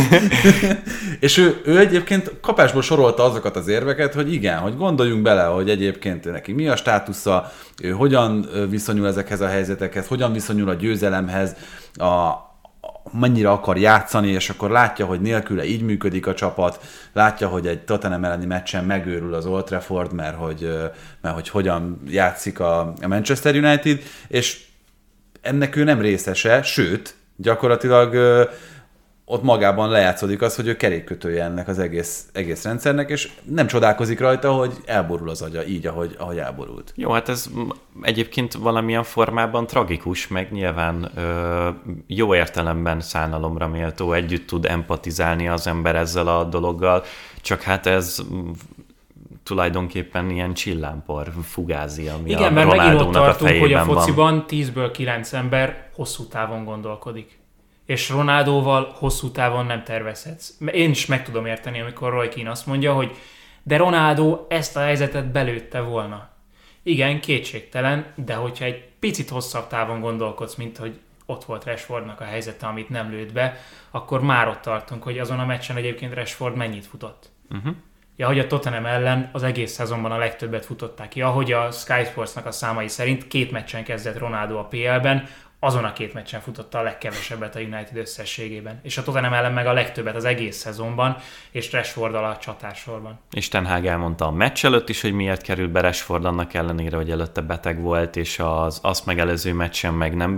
És ő egyébként kapásból sorolta azokat az érveket, hogy igen, hogy gondoljunk bele, hogy egyébként neki mi a státusza, ő hogyan viszonyul ezekhez a helyzetekhez, hogyan viszonyul a győzelemhez, mennyire akar játszani, és akkor látja, hogy nélküle így működik a csapat, látja, hogy egy Tottenham elleni meccsen megőrül az Old Trafford, mert hogy hogyan játszik a Manchester United, és ennek ő nem részese, sőt, gyakorlatilag ott magában lejátszódik az, hogy ő kerékkötője ennek az egész rendszernek, és nem csodálkozik rajta, hogy elborul az agya így, ahogy elborult. Jó, hát ez egyébként valamilyen formában tragikus, meg nyilván jó értelemben szánalomra méltó, együtt tud empatizálni az ember ezzel a dologgal, csak hát ez tulajdonképpen ilyen csillámpor fugázi, ami igen, a Ronaldónak megint ott tartunk, hogy a fociban van. 10-ből 9 ember hosszú távon gondolkodik. És Ronaldóval hosszú távon nem tervezhetsz. Én is meg tudom érteni, amikor Roy Keane azt mondja, hogy de Ronaldo ezt a helyzetet belőtte volna. Igen, kétségtelen, de hogyha egy picit hosszabb távon gondolkodsz, mint hogy ott volt Rashfordnak a helyzete, amit nem lőtt be, akkor már ott tartunk, hogy azon a meccsen egyébként Rashford mennyit futott. Ja, hogy a Tottenham ellen az egész szezonban a legtöbbet futották ki. Ahogy a Sky Sportsnak a számai szerint 2 meccsen kezdett Ronaldo a PL-ben, azon a 2 meccsen futotta a legkevesebbet a United összességében. És a Tottenham ellen meg a legtöbbet az egész szezonban, és Rashforddal a csatársorban. És Ten Hag elmondta a meccs előtt is, hogy miért került be Rashford, annak ellenére, hogy előtte beteg volt, és az azt megelőző meccsen meg nem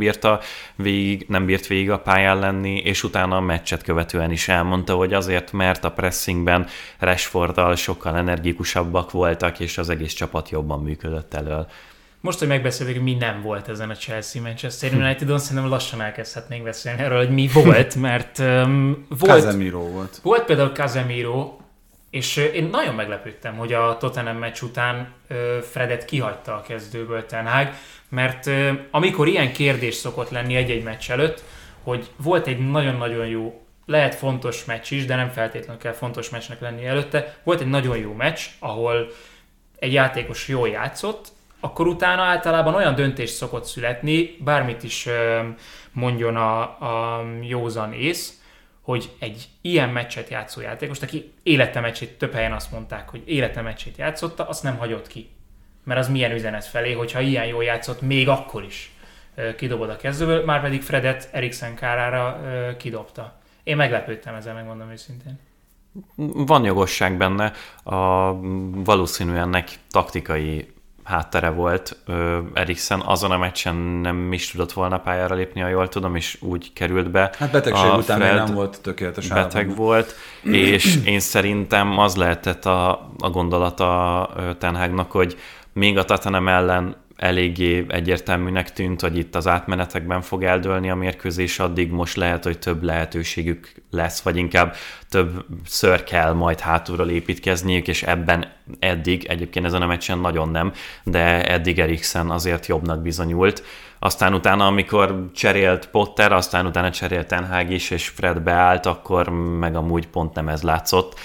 bírt végig a pályán lenni, és utána a meccset követően is elmondta, hogy azért, mert a pressingben Rashforddal sokkal energikusabbak voltak, és az egész csapat jobban működött elől. Most, hogy megbeszéltük, hogy mi nem volt ezen a Chelsea-Manchester United-on, szerintem lassan elkezdhetnénk beszélni erről, hogy mi volt, mert Casemiro volt. Volt például Casemiro, és én nagyon meglepődtem, hogy a Tottenham meccs után Fredet kihagyta a kezdőből Ten Hag, mert amikor ilyen kérdés szokott lenni egy-egy meccs előtt, hogy volt egy nagyon-nagyon jó, lehet fontos meccs is, de nem feltétlenül kell fontos meccsnek lenni előtte, volt egy nagyon jó meccs, ahol egy játékos jól játszott, akkor utána általában olyan döntés szokott születni, bármit is mondjon a józan ész, hogy egy ilyen meccset játszó játékos, aki életemeccsét, több helyen azt mondták, hogy életemeccsét játszotta, azt nem hagyott ki. Mert az milyen üzenet felé, hogyha ilyen jól játszott, még akkor is kidobod a kezdőből, már pedig Fredet Eriksen kárára kidobta. Én meglepődtem ezzel, megmondom őszintén. Van jogosság benne, valószínűen neki taktikai háttere volt. Eriksen azon a meccsen nem is tudott volna pályára lépni, ha jól tudom, és úgy került be. Hát betegség után még nem volt tökéletes állapotban. Beteg volt, és én szerintem az lehetett a gondolata Ten Hagnak, hogy még a Tottenham ellen eléggé egyértelműnek tűnt, hogy itt az átmenetekben fog eldőlni a mérkőzés, addig most lehet, hogy több lehetőségük lesz, vagy inkább többször kell majd hátulról építkezniük, és ebben eddig, egyébként ezen a meccsen nagyon nem, de eddig Eriksen azért jobbnak bizonyult. Aztán utána, amikor cserélt Potter, aztán utána cserélt Ten Hag is, és Fred beállt, akkor meg amúgy pont nem ez látszott,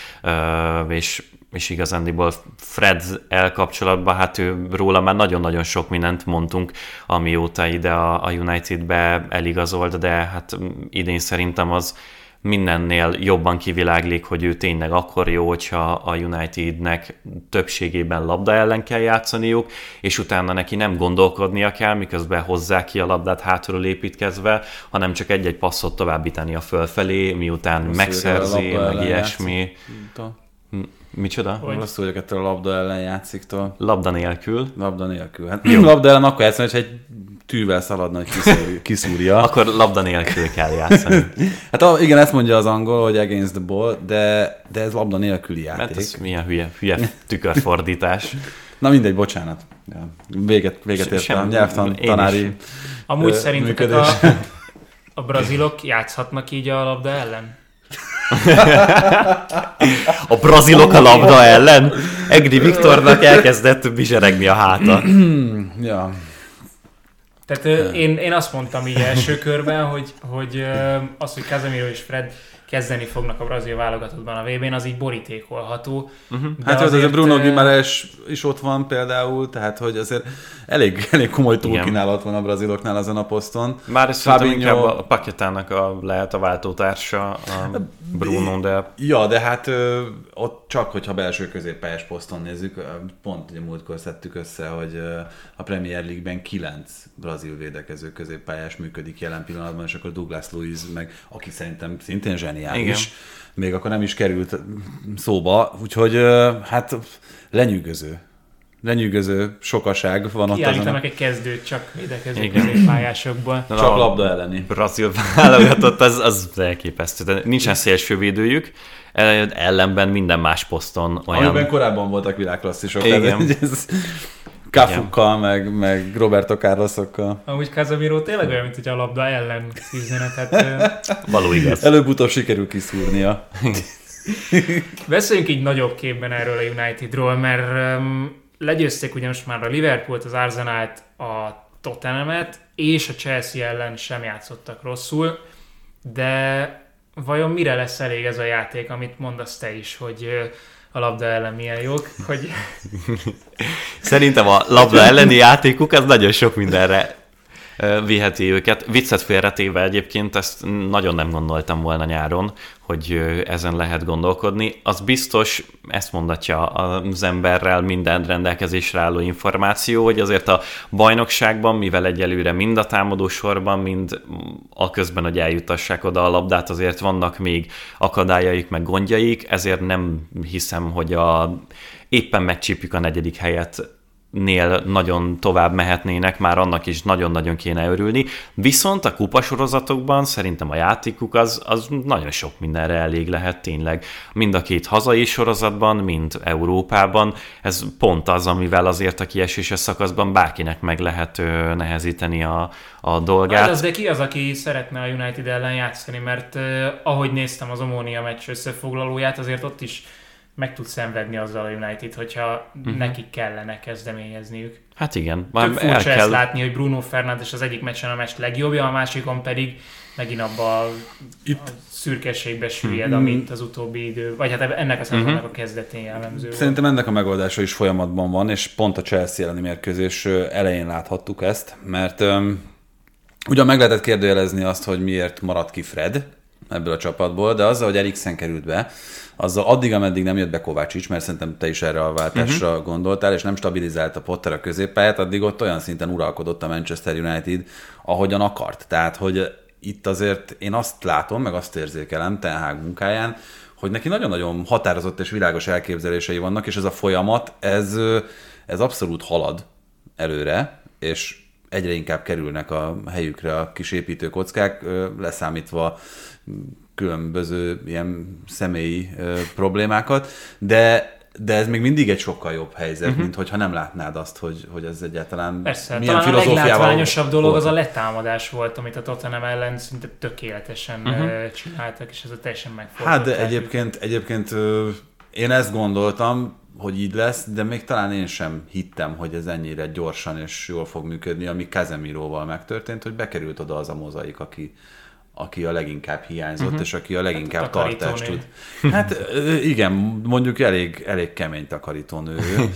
és igazándiból Fred elkapcsolatban, hát róla már nagyon-nagyon sok mindent mondtunk, amióta ide a Unitedbe eligazolt, de hát idén szerintem az mindennél jobban kiviláglik, hogy ő tényleg akkor jó, hogyha a Unitednek többségében labda ellen kell játszaniuk, és utána neki nem gondolkodnia kell, miközben hozzá ki a labdát hátulról építkezve, hanem csak egy-egy passzot továbbítani a fölfelé, miután megszerzi, meg ilyesmi. Micsoda? Rosszul vagyok ettől a labda ellen játsziktól. Labda nélkül. Labda nélkül. Hát labda ellen akkor játszani, hogy egy tűvel szaladna, hogy kiszúrja. Akkor labda nélkül kell játszani. Hát igen, ezt mondja az angol, hogy against the ball, de ez labda nélküli játék. Hát ez milyen hülye tükörfordítás. Na mindegy, bocsánat. Véget ért a nyelvtanári amúgy szerintetek a brazilok játszhatnak így a labda ellen? A brazilok a labda ellen? Egri Viktornak elkezdett bizseregni a háta. Ja. Tehát én azt mondtam így első körben, hogy az, hogy Casemiro és Fred kezdeni fognak a brazil válogatottban a VB-n, az így borítékolható. Hát azért Bruno Guimaraes is ott van például, tehát hogy azért elég komoly túlkínálat van a braziloknál azon a poszton. Bár szerintem inkább a Paquetának lehet a váltótársa a Bruno, de... Ja, de hát ott csak, hogyha belső középpályás poszton nézzük, pont ugye múltkor szedtük össze, hogy a Premier League-ben 9 brazil védekező középpályás működik jelen pillanatban, és akkor Douglas Luiz meg, aki szerintem szintén zseniális, igen. Még akkor nem is került szóba, úgyhogy hát lenyűgöző sokaság van ott. Kiállítanak egy kezdőt csak védekező középpályásokból. Csak labda elleni. Brazil válogatott, az elképesztő. De nincsen szélsővédőjük, ellenben minden más poszton olyan... Amiben korábban voltak világklasszisok. Igen. Cafukkal, meg Roberto Carlosokkal. Amúgy Casemiro tényleg olyan, mint hogy a labda ellen szíznéne, tehát... Való igaz. Előbb-utóbb sikerül kiszúrnia. Beszéljünk így nagyobb képben erről a Unitedról, mert legyőzték ugye most már a Liverpoolt, az Arsenalt, a Tottenhamet, és a Chelsea ellen sem játszottak rosszul, de vajon mire lesz elég ez a játék, amit mondasz te is, hogy a labda ellen milyen jók, hogy... Szerintem a labda elleni játékuk az nagyon sok mindenre viheti őket. Viccet félretéve egyébként, ezt nagyon nem gondoltam volna nyáron, hogy ezen lehet gondolkodni. Az biztos, ezt mondatja az emberrel minden rendelkezésre álló információ, hogy azért a bajnokságban, mivel egyelőre mind a támadósorban, mind a közben, hogy eljutassák oda a labdát, azért vannak még akadályaik, meg gondjaik, ezért nem hiszem, hogy éppen megcsípjük a 4. helyet nél nagyon tovább mehetnének, már annak is nagyon-nagyon kéne örülni. Viszont a kupasorozatokban szerintem a játékuk az nagyon sok mindenre elég lehet tényleg. Mind a két hazai sorozatban, mind Európában. Ez pont az, amivel azért a kieséses szakaszban bárkinek meg lehet nehezíteni a dolgát. Az, de ki az, aki szeretne a United ellen játszani, mert ahogy néztem az Omónia meccs összefoglalóját, azért ott is meg tud szenvedni azzal a United, hogyha nekik kellene kezdeményezniük. Hát igen. Tök furcsa ezt látni, hogy Bruno Fernandes az egyik meccsen a meccs legjobbja, a másikon pedig megint abba a szürkességbe süllyed, amit az utóbbi idő, vagy hát ennek a szezonnak a kezdetén jellemző. Szerintem ennek a megoldása is folyamatban van, és pont a Chelsea elleni mérkőzés elején láthattuk ezt, mert ugyan meg lehetett kérdőjelezni azt, hogy miért maradt ki Fred ebből a csapatból, de azzal, hogy Eriksen került be, azzal addig, ameddig nem jött be Kovácsics, mert szerintem te is erre a váltásra gondoltál, és nem stabilizálta Potter a középpályát, addig ott olyan szinten uralkodott a Manchester United, ahogyan akart. Tehát, hogy itt azért én azt látom, meg azt érzékelem Ten Hag munkáján, hogy neki nagyon-nagyon határozott és világos elképzelései vannak, és ez a folyamat, ez abszolút halad előre, és egyre inkább kerülnek a helyükre a kis építőkockák, leszámítva különböző ilyen személyi problémákat, de ez még mindig egy sokkal jobb helyzet, mint hogyha nem látnád azt, hogy ez egyáltalán persze, milyen filozófiával. Persze, talán a leglátványosabb dolog volt. az a letámadás volt, amit a Tottenham ellen szinte tökéletesen csináltak, és ez a teljesen megfordult. Hát de egyébként én ezt gondoltam, hogy így lesz, de még talán én sem hittem, hogy ez ennyire gyorsan és jól fog működni, ami Casemiróval megtörtént, hogy bekerült oda az a mozaik, aki a leginkább hiányzott, és aki a leginkább tartást tud. Hát igen, mondjuk elég kemény takarítónő.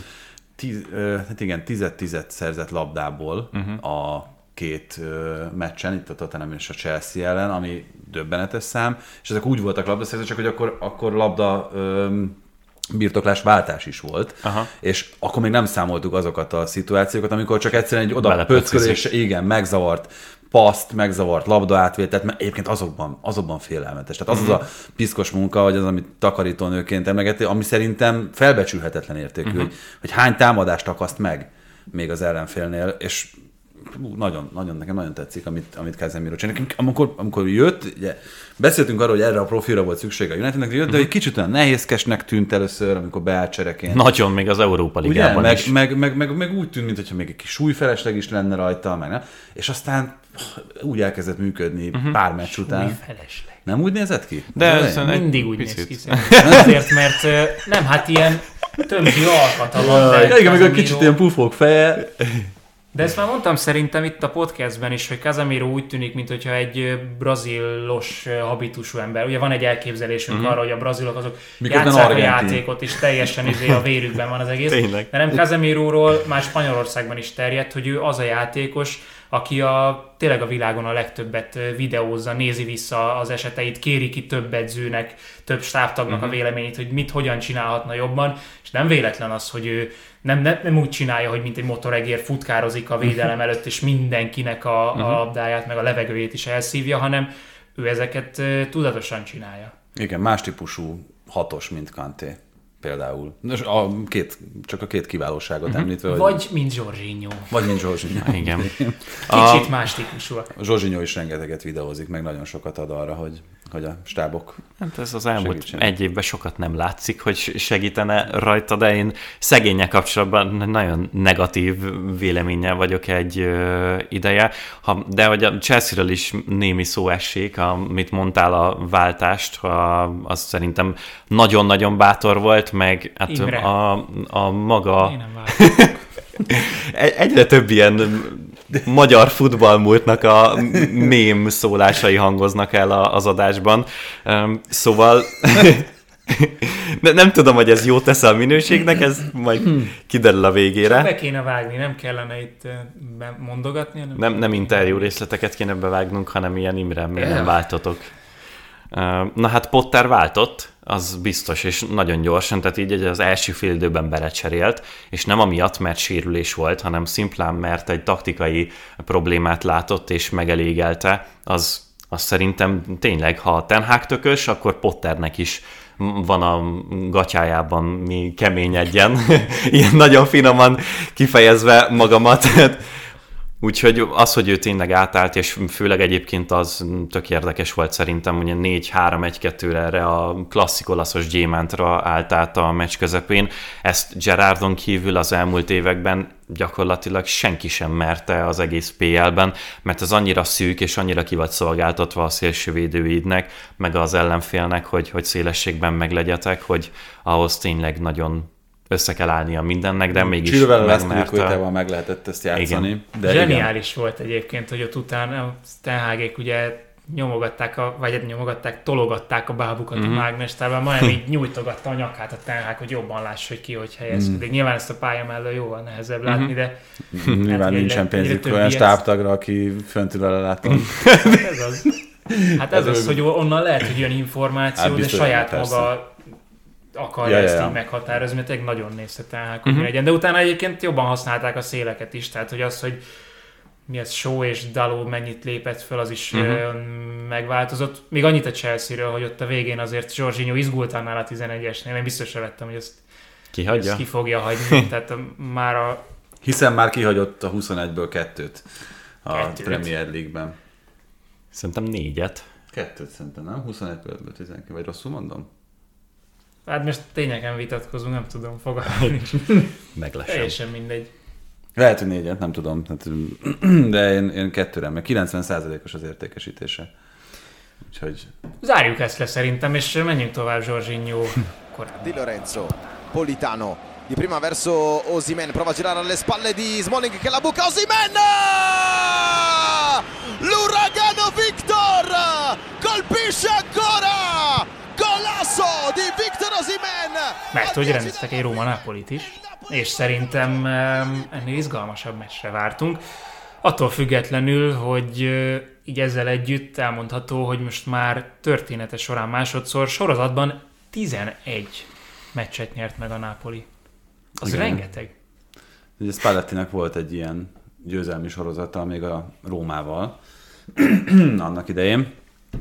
10-10 szerzett labdából a két meccsen, itt a Tottenham és a Chelsea ellen, ami döbbenetes szám, és ezek úgy voltak labdaszerzések, hogy akkor labda birtoklás váltás is volt, és akkor még nem számoltuk azokat a szituációkat, amikor csak egyszerűen egy oda pöckölés, igen, megzavart paszt, megzavart labda átvételt, mert egyébként azokban félelmetes. Tehát az a piszkos munka, vagy az, amit takarítónőként emlegeti, ami szerintem felbecsülhetetlen értékű, hogy hány támadást akaszt meg még az ellenfélnél, és nekem nagyon tetszik, amit Casemiro csinál. Amikor jött, ugye, beszéltünk arról, hogy erre a profilra volt szüksége a Unitednek, de jött, de egy kicsit olyan nehézkesnek tűnt először, amikor beállt csereként. Nagyon, még az Európa Ligában is. Meg úgy tűnt, mintha még egy kis súlyfelesleg is lenne rajta, meg nem. És aztán úgy elkezdett működni pár meccs után. Súlyfelesleg. Nem úgy nézett ki? De mindig úgy néz ki. Azért, mert nem, hát ilyen tömzi alkata van. De igen, meg egy kicsit ilyen pufók feje. De ezt már mondtam szerintem itt a podcastben is, hogy Casemiro úgy tűnik, mintha egy brazilos habitusú ember. Ugye van egy elképzelésünk arra, hogy a brazilok azok játsszák a játékot, és teljesen a vérükben van az egész. Tényleg. De nem, Casemiróról már Spanyolországban is terjedt, hogy ő az a játékos, aki tényleg a világon a legtöbbet videózza, nézi vissza az eseteit, kéri ki több edzőnek, több stábtagnak a véleményét, hogy hogyan csinálhatna jobban, és nem véletlen az, hogy ő nem úgy csinálja, hogy mint egy motoregér futkározik a védelem előtt, és mindenkinek a labdáját, meg a levegőjét is elszívja, hanem ő ezeket tudatosan csinálja. Igen, más típusú hatos, mint Kanté például. Csak a két kiválóságot említve. Vagy mint Jorginho. Vagy mint Jorginho. Igen. Kicsit más típusúak. Jorginho is rengeteget videózik, meg nagyon sokat ad arra, hogy a stábok Hát ez az elmúlt egy évben sokat nem látszik, hogy segítene rajta, de én szegénye kapcsolatban nagyon negatív véleménnyel vagyok egy ideje. De hogy a Chelsea-ről is némi szó essék, amit mondtál a váltást, az szerintem nagyon-nagyon bátor volt, meg hát a maga... Én nem egyre több ilyen magyar futballmúltnak a mém szólásai hangoznak el az adásban. Szóval nem tudom, hogy ez jót tesz a minőségnek, ez majd kiderül a végére. Csak be kéne vágni, nem kellene itt mondogatni. Nem interjú részleteket kéne bevágnunk, hanem ilyen Imre, miért nem váltotok. Na hát Potter váltott, az biztos, és nagyon gyorsan, tehát így az első fél időben belecserélt, és nem amiatt, mert sérülés volt, hanem szimplán, mert egy taktikai problémát látott, és megelégelte, az szerintem tényleg, ha Ten Hag tökös, akkor Potternek is van a gatyájában mi keményedjen, ilyen nagyon finoman kifejezve magamat. Úgyhogy az, hogy ő tényleg átállt, és főleg egyébként az tök érdekes volt szerintem, ugye 4-3-1-2-re erre a klasszik olaszos gyémántra állt át a meccs közepén. Ezt Gerrardon kívül az elmúlt években gyakorlatilag senki sem merte az egész PL-ben, mert ez annyira szűk, és annyira ki vagy szolgáltatva a szélsővédőidnek, meg az ellenfélnek, hogy szélességben meglegyetek, hogy ahhoz tényleg nagyon össze kell állnia mindennek, de mégis megmerte. Meg lehetett ezt játszani. Igen. De zseniális volt egyébként, hogy ott utána Ten Hagék ugye tologatták a bábukat a mágnestában, majdnem így nyújtogatta a nyakát a Ten Hag, hogy jobban láss, hogy ki, hogy helyezkedik. Nyilván ezt a pálya mellől jóval nehezebb látni, de... Nyilván nincsen pénzük olyan stábtagra, aki fönt ül látom. Ez az. Hát ez az, hogy onnan lehet, hogy jön információ, de saját maga akarja ezt így meghatározni, mert tényleg nagyon nézte Ten Hag, hogy legyen. De utána egyébként jobban használták a széleket is, tehát hogy az, hogy mi az Shaw és Dalot mennyit lépett föl, az is megváltozott. Még annyit a Chelsea-ről, hogy ott a végén azért Jorginho izgult annál a 11-esnél, én biztosra vettem, hogy ezt ki fogja hagyni. Tehát Hiszen már kihagyott a 21-ből 2-t a Premier League-ben. Szerintem 4-et. 2-t szerintem, nem? 21-ből 12, vagy rosszul mondom? Hát most tényeken vitatkozunk, nem tudom fogalmazni. Meglesen. Teljesen mindegy. Lehet, hogy 4-et, nem tudom. De én 2-re, mert 90%-os az értékesítése. Úgyhogy... Zárjuk ezt le szerintem, és menjünk tovább Jorginho korábban. Di Lorenzo, Politano, di prima verso Osimhen, prova a girare alle spalle di Smalling che la buca, Osimhen! L'uragano Victor colpisce ancora! Golasso di Victor Osimhen! Mert hogy rendeztek egy Róma-Nápolit is, és szerintem ennél izgalmasabb meccsre vártunk. Attól függetlenül, hogy így ezzel együtt elmondható, hogy most már története során másodszor sorozatban 11 meccset nyert meg a Napoli. Az igen. Rengeteg. Ugye Spallettinek volt egy ilyen győzelmi sorozata még a Rómával annak idején.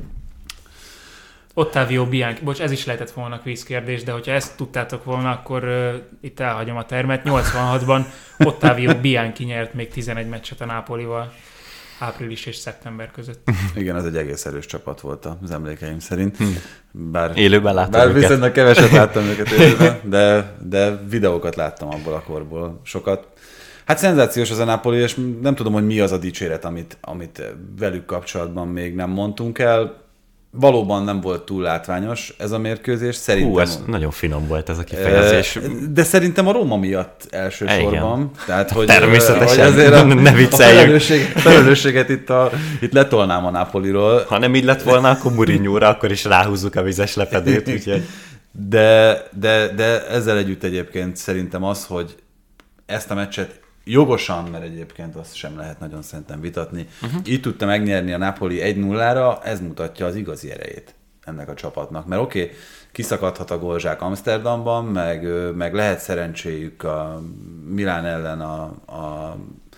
Ottavio Bianchi, ez is lehetett volna kvízkérdés, de hogyha ezt tudtátok volna, akkor itt elhagyom a termet. 86-ban Ottavio Bianchi nyert még 11 meccset a Nápolival április és szeptember között. Igen, ez egy egész erős csapat volt az emlékeim szerint. Élőben láttam őket. Bár viszonylag keveset láttam őket élőben, de videókat láttam abból a korból sokat. Hát szenzációs az a Napoli, és nem tudom, hogy mi az a dicséret, amit velük kapcsolatban még nem mondtunk el. valóban nem volt túl látványos ez a mérkőzés. Szerintem ez nagyon finom volt ez a kifejezés. De szerintem a Róma miatt elsősorban. Igen. Tehát, hogy, természetesen, hogy azért ne vicceljünk. A felelősséget itt letolnám a Napoliról. Ha nem így lett volna, akkor Mourinho-ra, akkor is ráhúzzuk a vizes lepedőt. Úgyhogy... De ezzel együtt egyébként szerintem az, hogy ezt a meccset jogosan, mert egyébként azt sem lehet nagyon szerintem vitatni. Így tudta megnyerni a Napoli 1-0-ra, ez mutatja az igazi erejét ennek a csapatnak. Mert oké, kiszakadhat a golzsák Amsterdamban, meg lehet szerencséjük a Milán ellen a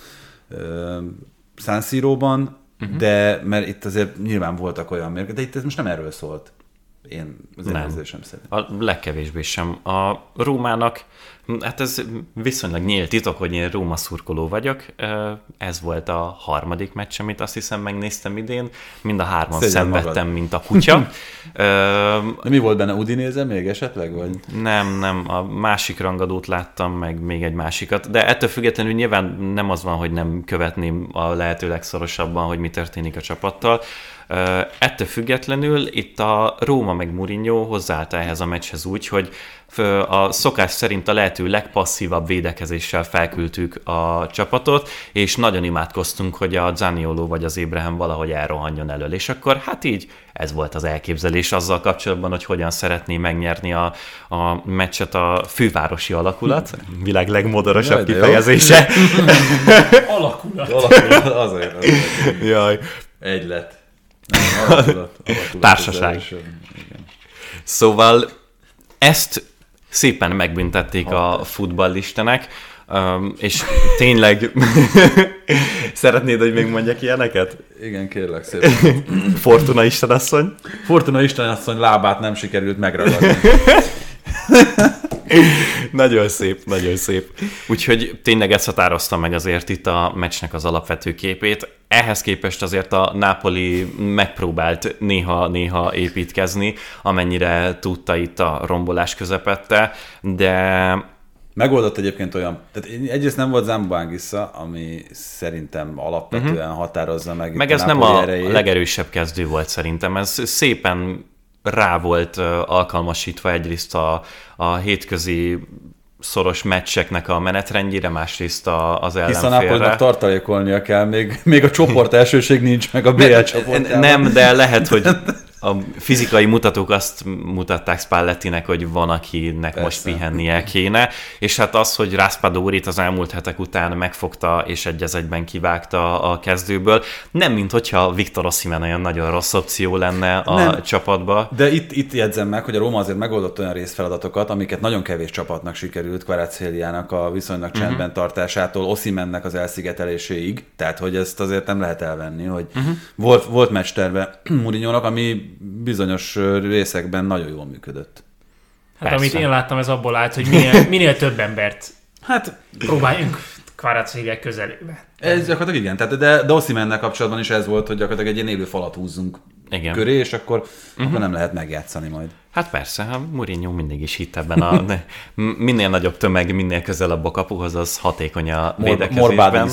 San Siróban, de mert itt azért nyilván voltak olyan mérkőzések, de itt ez most nem erről szólt. Én az érzésem szerint. A legkevésbé sem. A Rómának, hát ez viszonylag nyílt titok, hogy én Róma szurkoló vagyok. Ez volt a harmadik meccs, amit azt hiszem megnéztem idén. Mind a hárman szenvedtem, magad. Mint a kutya. De mi volt benne, Udinéze még esetleg? Vagy? Nem, a másik rangadót láttam, meg még egy másikat. De ettől függetlenül nyilván nem az van, hogy nem követném a lehető legszorosabban, hogy mi történik a csapattal. Ettől függetlenül itt a Róma meg Mourinho hozzáállt ehhez a meccshez úgy, hogy a szokás szerint a lehető legpasszívabb védekezéssel felküldtük a csapatot, és nagyon imádkoztunk, hogy a Zanioló vagy az Abraham valahogy elrohanjon elől. És akkor hát így ez volt az elképzelés azzal kapcsolatban, hogy hogyan szeretné megnyerni a meccset a fővárosi alakulat. Világ legmodorosabb kifejezése. Alakulat. Azért. Jaj. Egy lett. Társaság. Szóval ezt szépen megbüntették a futballistenek, és tényleg szeretnéd, hogy még mondjak ilyeneket? Igen, kérlek szépen. Fortuna istenasszony? Fortuna istenasszony lábát nem sikerült megragadni. Nagyon szép, nagyon szép. Úgyhogy tényleg ez határozta meg azért itt a meccsnek az alapvető képét. Ehhez képest azért a Napoli megpróbált néha építkezni, amennyire tudta itt a rombolás közepette, de... Megoldott egyébként olyan, tehát egyrészt nem volt Zambo Anguissa, ami szerintem alapvetően határozza meg ez nem Napoli a erejét. legerősebb kezdő volt szerintem. Ez szépen rá volt alkalmasítva egyrészt a hétközi szoros meccseknek a menetrendjére, másrészt az ellenfélre. Hiszen Napolinak tartalékolnia kell, még a csoport elsőség nincs, meg a BL csoport. Nem, de lehet, hogy a fizikai mutatók azt mutatták Spallettinek, hogy van, akinek persze. Most pihennie kéne, és hát az, hogy Raspadorit az elmúlt hetek után megfogta és egy az egyben kivágta a kezdőből, nem mint hogyha Victor Osimhen olyan nagyon rossz opció lenne a csapatba. De itt jegyzem meg, hogy a Róma azért megoldott olyan részfeladatokat, amiket nagyon kevés csapatnak sikerült, Kvaratskhelia-nak a viszonylag csendben tartásától Osimhennek az elszigeteléséig, tehát hogy ezt azért nem lehet elvenni, hogy volt meccsterve Mourinho-nak, ami bizonyos részekben nagyon jól működött. Hát amit én láttam, ez abból állt, hogy minél több embert próbáljunk Kvaratskhelia közelébe. Ez gyakorlatilag igen, tehát de Osimhennel kapcsolatban is ez volt, hogy gyakorlatilag egy ilyen élő falat húzzunk köré, és akkor nem lehet megjátszani majd. Hát persze, Mourinho mindig is hitt ebben minél nagyobb tömeg, minél közelebb a kapuhoz, az hatékony a védekezésben.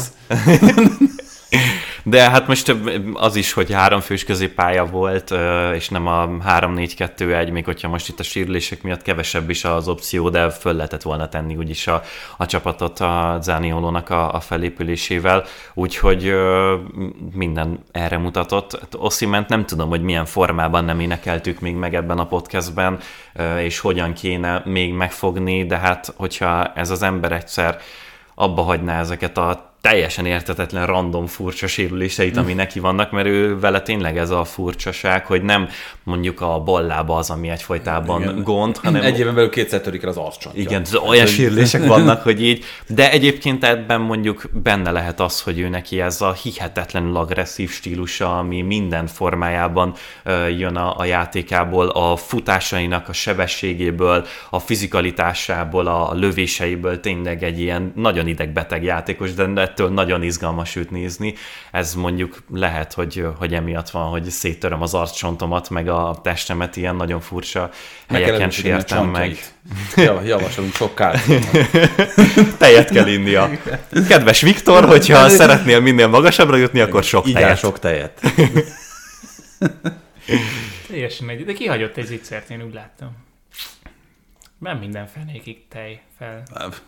De hát most az is, hogy 3 fős középpálya volt, és nem a 3-4-2-1, még hogyha most itt a sérülések miatt kevesebb is az opció, de föl lehetett volna tenni úgyis a csapatot a Zaniolónak a felépülésével, úgyhogy minden erre mutatott. Osimhent nem tudom, hogy milyen formában nem énekeltük még meg ebben a podcastben, és hogyan kéne még megfogni, de hát hogyha ez az ember egyszer abba hagyná ezeket a teljesen érthetetlen, random furcsa sérüléseit, ami neki vannak, mert ő vele tényleg ez a furcsaság, hogy nem mondjuk a ballába az, ami egyfolytában gond, hanem... Egy éven belül 2-szer törik el az arccsontra. Igen, olyan sérülések vannak, hogy így, de egyébként ebben mondjuk benne lehet az, hogy ő neki ez a hihetetlenül agresszív stílusa, ami minden formájában jön a játékából, a futásainak a sebességéből, a fizikalitásából, a lövéseiből tényleg egy ilyen nagyon idegbeteg játékos, de ettől nagyon izgalmas őt nézni. Ez mondjuk lehet, hogy emiatt van, hogy széttöröm az arccsontomat, meg a testemet ilyen nagyon furcsa helyeken sértem meg. Javasolunk sok kártyát. Tejet kell innia. Kedves Viktor, hogyha szeretnél minél magasabbra jutni, akkor sok tejet. Sok tejet. Teljesen egy, de kihagyott egy zicsert, én úgy láttam. Nem minden fenékig tej fel.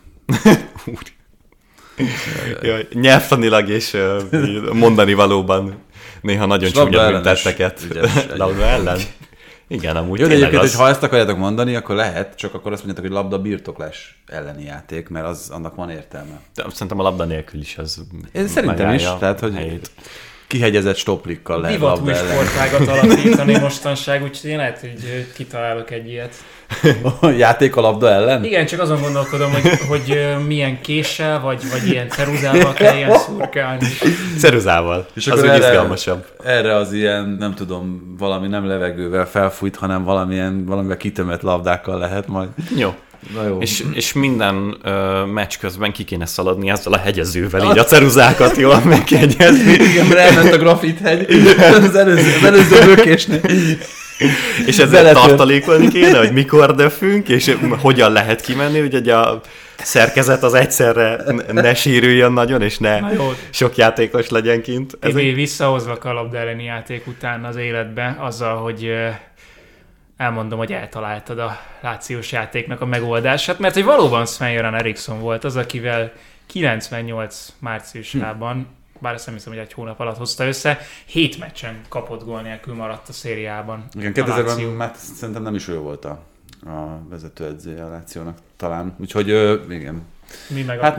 Jaj, nyelvtanilag és mondani valóban néha nagyon csúnya büntetteket. Labda ellen? Igen, amúgy jó, de egyébként, hogy ha ezt akarjátok mondani, akkor lehet, csak akkor azt mondjátok, hogy labda birtoklás elleni játék, mert annak van értelme. De szerintem a labda nélkül is az. Én szerintem is, tehát hogy helyét. Kihegyezett stoplikkal lehet labda ellen. Divat új sportágat alapítani mostanság, úgyhogy én lehet, hogy kitalálok egy ilyet. Játék a labda ellen? Igen, csak azon gondolkodom, hogy milyen késsel, vagy ilyen ceruzával kell ilyen szurkálni. Ceruzával. És az úgy izgalmasabb. Erre az ilyen, nem tudom, valami nem levegővel felfújt, hanem valamivel kitömött labdákkal lehet majd. Jó. Jó. És minden meccs közben ki kéne szaladni ezzel a hegyezővel, így a ceruzákat jól megjegyezni. Igen, mert elment a grafithegy az előző lökésnél. És ezzel tartalékolni kéne, hogy mikor döfünk, és hogyan lehet kimenni, hogy a szerkezet az egyszerre ne sérüljön nagyon, és ne sok játékos legyen kint. Visszahozva a labda elleni játék után az életbe, azzal, hogy elmondom, hogy eltaláltad a lációs játéknak a megoldását, mert hogy valóban Sven-Göran Eriksson volt az, akivel 98 márciusában, bár azt nem hiszem, hogy egy hónap alatt hozta össze, 7 meccsen kapott gól nélkül maradt a szériában. Igen, 2000-ben már szerintem nem is ő volt a vezetőedzője a Lációnak talán, úgyhogy igen. Mi meg hát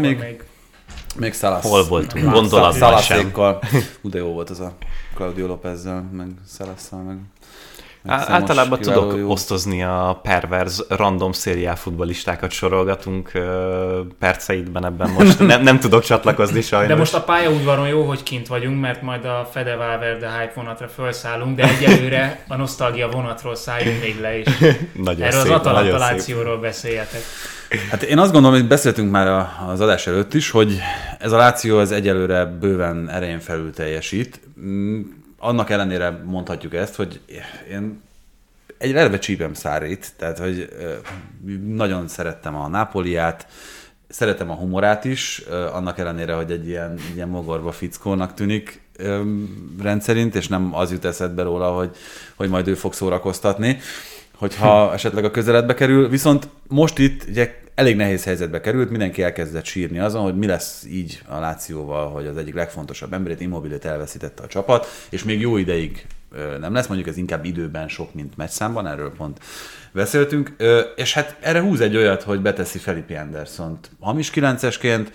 még Szalasz. Hol voltunk? Gondolatban sem. De jó volt az a Claudio Lópezzel, meg Szalasszal, meg általában tudok osztozni a perverz random szériá futballistákat sorolgatunk perceidben ebben most. Nem tudok csatlakozni sajnos. De most a pályaudvaron jó, hogy kint vagyunk, mert majd a Fede Valverde hype vonatra felszállunk, de egyelőre a nosztalgia vonatról szálljunk még le is. Erről az Atalanta Lációról beszéljetek. Hát én azt gondolom, hogy beszéltünk már az adás előtt is, hogy ez a Láció ez egyelőre bőven erején felül teljesít. Annak ellenére mondhatjuk ezt, hogy én eleve csípem Sarrit, tehát hogy nagyon szerettem a Napoliát, szeretem a humorát is, annak ellenére, hogy egy ilyen mogorba fickónak tűnik rendszerint, és nem az jut eszedbe róla, hogy majd ő fog szórakoztatni, hogyha esetleg a közeledbe kerül. Viszont most itt ugye elég nehéz helyzetbe került, mindenki elkezdett sírni azon, hogy mi lesz így a Lációval, hogy az egyik legfontosabb emberét, Immobilét elveszítette a csapat, és még jó ideig nem lesz, mondjuk ez inkább időben sok, mint meccszámban, erről pont beszéltünk, és hát erre húz egy olyat, hogy beteszi Felipe Andersont hamis 9-esként,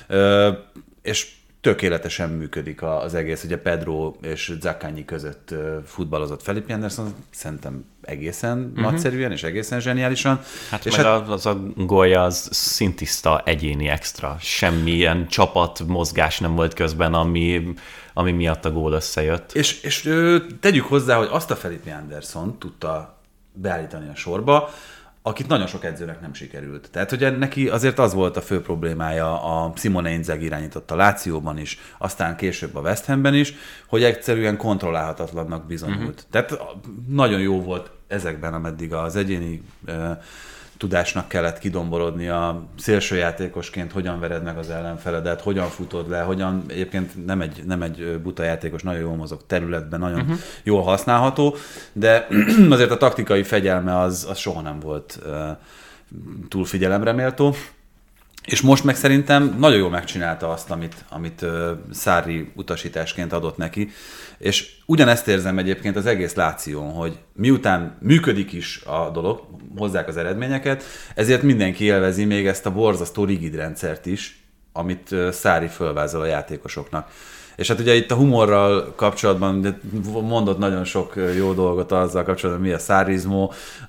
és tökéletesen működik az egész, ugye Pedro és Zaccagni között futballozott Felipe Anderson, szerintem egészen nagyszerűen és egészen zseniálisan. Hát és meg az a gólja az szintiszta egyéni extra. Semmilyen csapatmozgás nem volt közben, ami miatt a gól összejött. És tegyük hozzá, hogy azt a Felipe Anderson tudta beállítani a sorba, akit nagyon sok edzőnek nem sikerült. Tehát, hogy neki azért az volt a fő problémája, a Simone Inzaghi irányított a Lációban is, aztán később a West Hamben is, hogy egyszerűen kontrollálhatatlannak bizonyult. Tehát nagyon jó volt ezekben, ameddig az egyéni tudásnak kellett kidomborodni a szélsőjátékosként, hogyan vered meg az ellenfeledet, hogyan futod le, hogyan egyébként nem egy buta játékos, nagyon jól mozog területben, nagyon jól használható, de azért a taktikai fegyelme az soha nem volt túl figyelemre méltó. És most meg szerintem nagyon jól megcsinálta azt, amit Sarri utasításként adott neki, és ugyanezt érzem egyébként az egész Láción, hogy miután működik is a dolog, hozzák az eredményeket, ezért mindenki élvezi még ezt a borzasztó rigid rendszert is, amit Sarri fölvázol a játékosoknak. És hát ugye itt a humorral kapcsolatban mondott nagyon sok jó dolgot azzal kapcsolatban, mi a sarrizmo,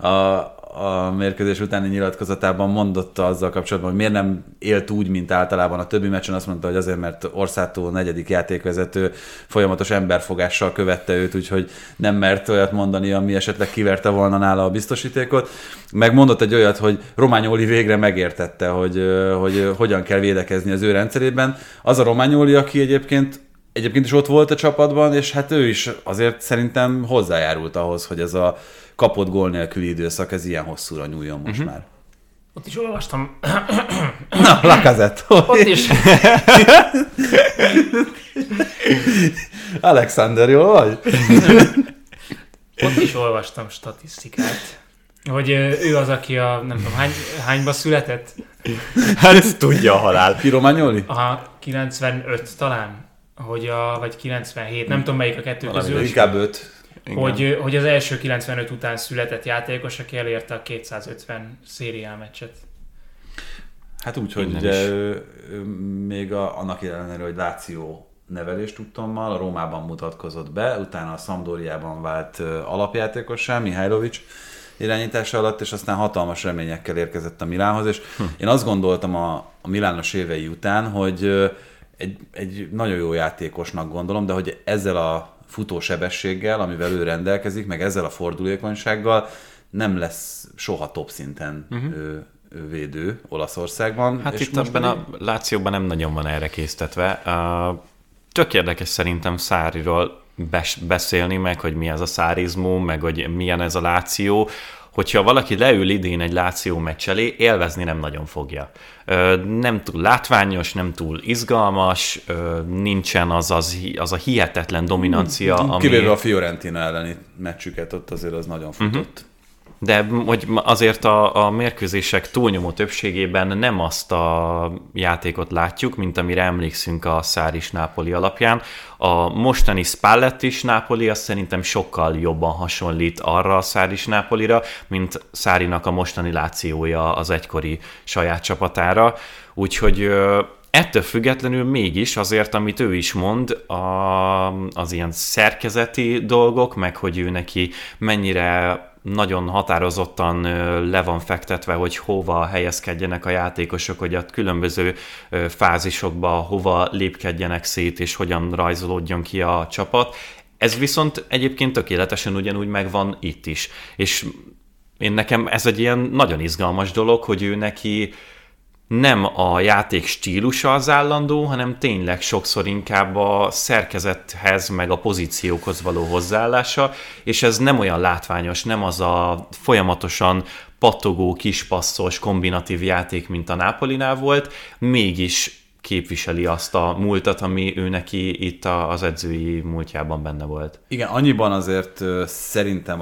a mérkőzés utáni nyilatkozatában mondotta azzal kapcsolatban, hogy miért nem élt úgy, mint általában a többi meccsen, azt mondta, hogy azért, mert Orsato 4. játékvezető folyamatos emberfogással követte őt, úgyhogy nem mert olyat mondani, ami esetleg kiverte volna nála a biztosítékot. Meg mondott egy olyat, hogy Romagnoli végre megértette, hogy hogyan kell védekezni az ő rendszerében. Az a Romagnoli, aki egyébként is ott volt a csapatban, és hát ő is azért szerintem hozzájárult ahhoz, hogy ez a kapott gól nélküli időszak, ez ilyen hosszúra nyúljon most már. Ott is olvastam. Na, Lacazette. Ott is. Alexander, jól vagy? Ott is olvastam statisztikát, hogy ő az, aki nem tudom, hányba született? Hát ezt tudja a halál. Piromagnoli? Aha, 95 talán, vagy 97, nem tudom melyik a kettő közül. Inkább 5. Hogy az első 95 után született játékos, aki elérte a 250 szériá meccset. Hát úgy, hogy ugye még annak ellenére, hogy Láció nevelést tudtommal, a Rómában mutatkozott be, utána a Sampdoriában vált alapjátékossá, Mihajlovics irányítása alatt, és aztán hatalmas reményekkel érkezett a Milánhoz, és én azt gondoltam a Milános évei után, hogy egy nagyon jó játékosnak gondolom, de hogy ezzel a futósebességgel, amivel ő rendelkezik, meg ezzel a fordulékonysággal nem lesz soha top szinten védő Olaszországban. Hát és itt ebben a Lációban nem nagyon van erre késztetve. Tök érdekes szerintem Sarriról beszélni, meg hogy mi ez a szárizmó, meg hogy milyen ez a Láció. Hogyha valaki leül idén egy Láció meccs elé, élvezni nem nagyon fogja. Nem túl látványos, nem túl izgalmas, nincsen az a hihetetlen dominancia, ami... Kivéve a Fiorentina elleni meccsüket, ott azért az nagyon futott. De hogy azért a mérkőzések túlnyomó többségében nem azt a játékot látjuk, mint amire emlékszünk a Sarris Napoli alapján. A mostani Spallettis Napoli az szerintem sokkal jobban hasonlít arra a Sarris Napolira, mint Sarrinak a mostani Lációja az egykori saját csapatára. Úgyhogy ettől függetlenül mégis azért, amit ő is mond, az ilyen szerkezeti dolgok, meg hogy ő neki mennyire nagyon határozottan le van fektetve, hogy hova helyezkedjenek a játékosok, hogy a különböző fázisokba hova lépkedjenek szét, és hogyan rajzolódjon ki a csapat. Ez viszont egyébként tökéletesen ugyanúgy megvan itt is. És nekem ez egy ilyen nagyon izgalmas dolog, hogy ő neki nem a játék stílusa az állandó, hanem tényleg sokszor inkább a szerkezethez, meg a pozíciókhoz való hozzáállása, és ez nem olyan látványos, nem az a folyamatosan pattogó, kispasszos, kombinatív játék, mint a Napolinál volt, mégis képviseli azt a múltat, ami ő neki itt az edzői múltjában benne volt. Igen, annyiban azért szerintem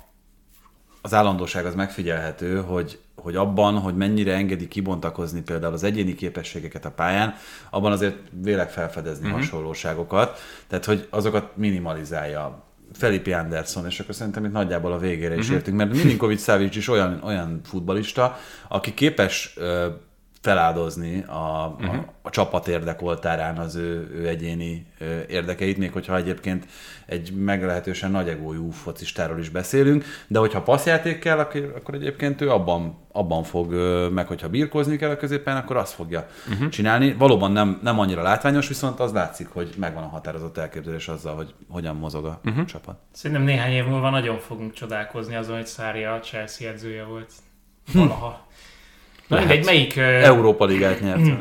az állandóság az megfigyelhető, hogy abban, hogy mennyire engedi kibontakozni például az egyéni képességeket a pályán, abban azért vélek felfedezni hasonlóságokat, tehát hogy azokat minimalizálja. Felipe Anderson, és akkor szerintem itt nagyjából a végére is értünk, mert Milinković-Savić is olyan futballista, aki képes feláldozni a csapat érdekoltárán az ő egyéni érdekeit, még hogyha egyébként egy meglehetősen nagy egójú focistáról is beszélünk, de hogyha passzjáték kell, akkor egyébként ő abban fog, meg hogyha birkózni kell a középen, akkor azt fogja csinálni. Valóban nem annyira látványos, viszont az látszik, hogy megvan a határozott elképzelés azzal, hogy hogyan mozog a csapat. Szerintem néhány év múlva nagyon fogunk csodálkozni azon, hogy Sarri a Chelsea edzője volt. Valaha. Mindegy, melyik... Európa Ligát nyert.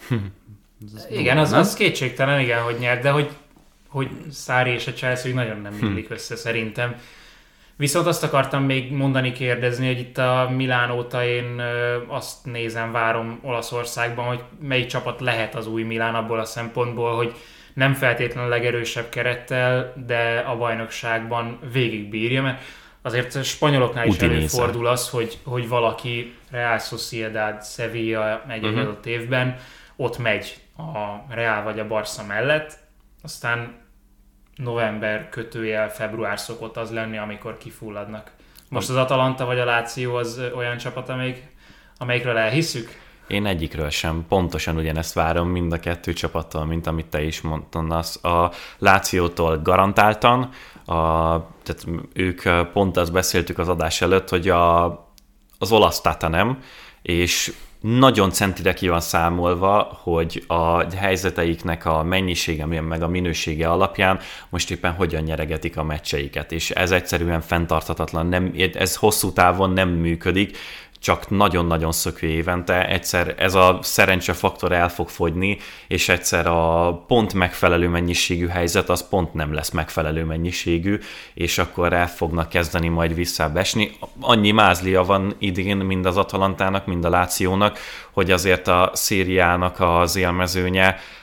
Igen, az kétségtelen, igen, hogy nyert, de hogy Sarri és a Chelsea nagyon nem illik össze szerintem. Viszont azt akartam még kérdezni, hogy itt a Milán óta én azt várom Olaszországban, hogy melyik csapat lehet az új Milán abból a szempontból, hogy nem feltétlenül a legerősebb kerettel, de a bajnokságban végigbírja, mert azért a spanyoloknál is előfordul az, hogy valaki Real Sociedad, Sevilla egy adott évben, ott megy a Real vagy a Barca mellett, aztán november február szokott az lenni, amikor kifulladnak. Most az Atalanta vagy a Láció az olyan csapat, amelyikről elhisszük? Én egyikről sem. Pontosan ugyanezt várom mind a kettő csapattól, mint amit te is mondtasz. A Lációtól garantáltan, tehát ők pont azt beszéltük az adás előtt, hogy az olasz Tata nem, és nagyon centire ki van számolva, hogy a helyzeteiknek a mennyisége, meg a minősége alapján most éppen hogyan nyeregetik a meccseiket, és ez egyszerűen fenntarthatatlan, ez hosszú távon nem működik, csak nagyon-nagyon szökő évente, egyszer ez a szerencsefaktor el fog fogyni, és egyszer a pont megfelelő mennyiségű helyzet, az pont nem lesz megfelelő mennyiségű, és akkor el fognak kezdeni majd visszabesni. Annyi mázlia van idén mind az Atalantának, mind a Lációnak, hogy azért a szériának az élmezőnye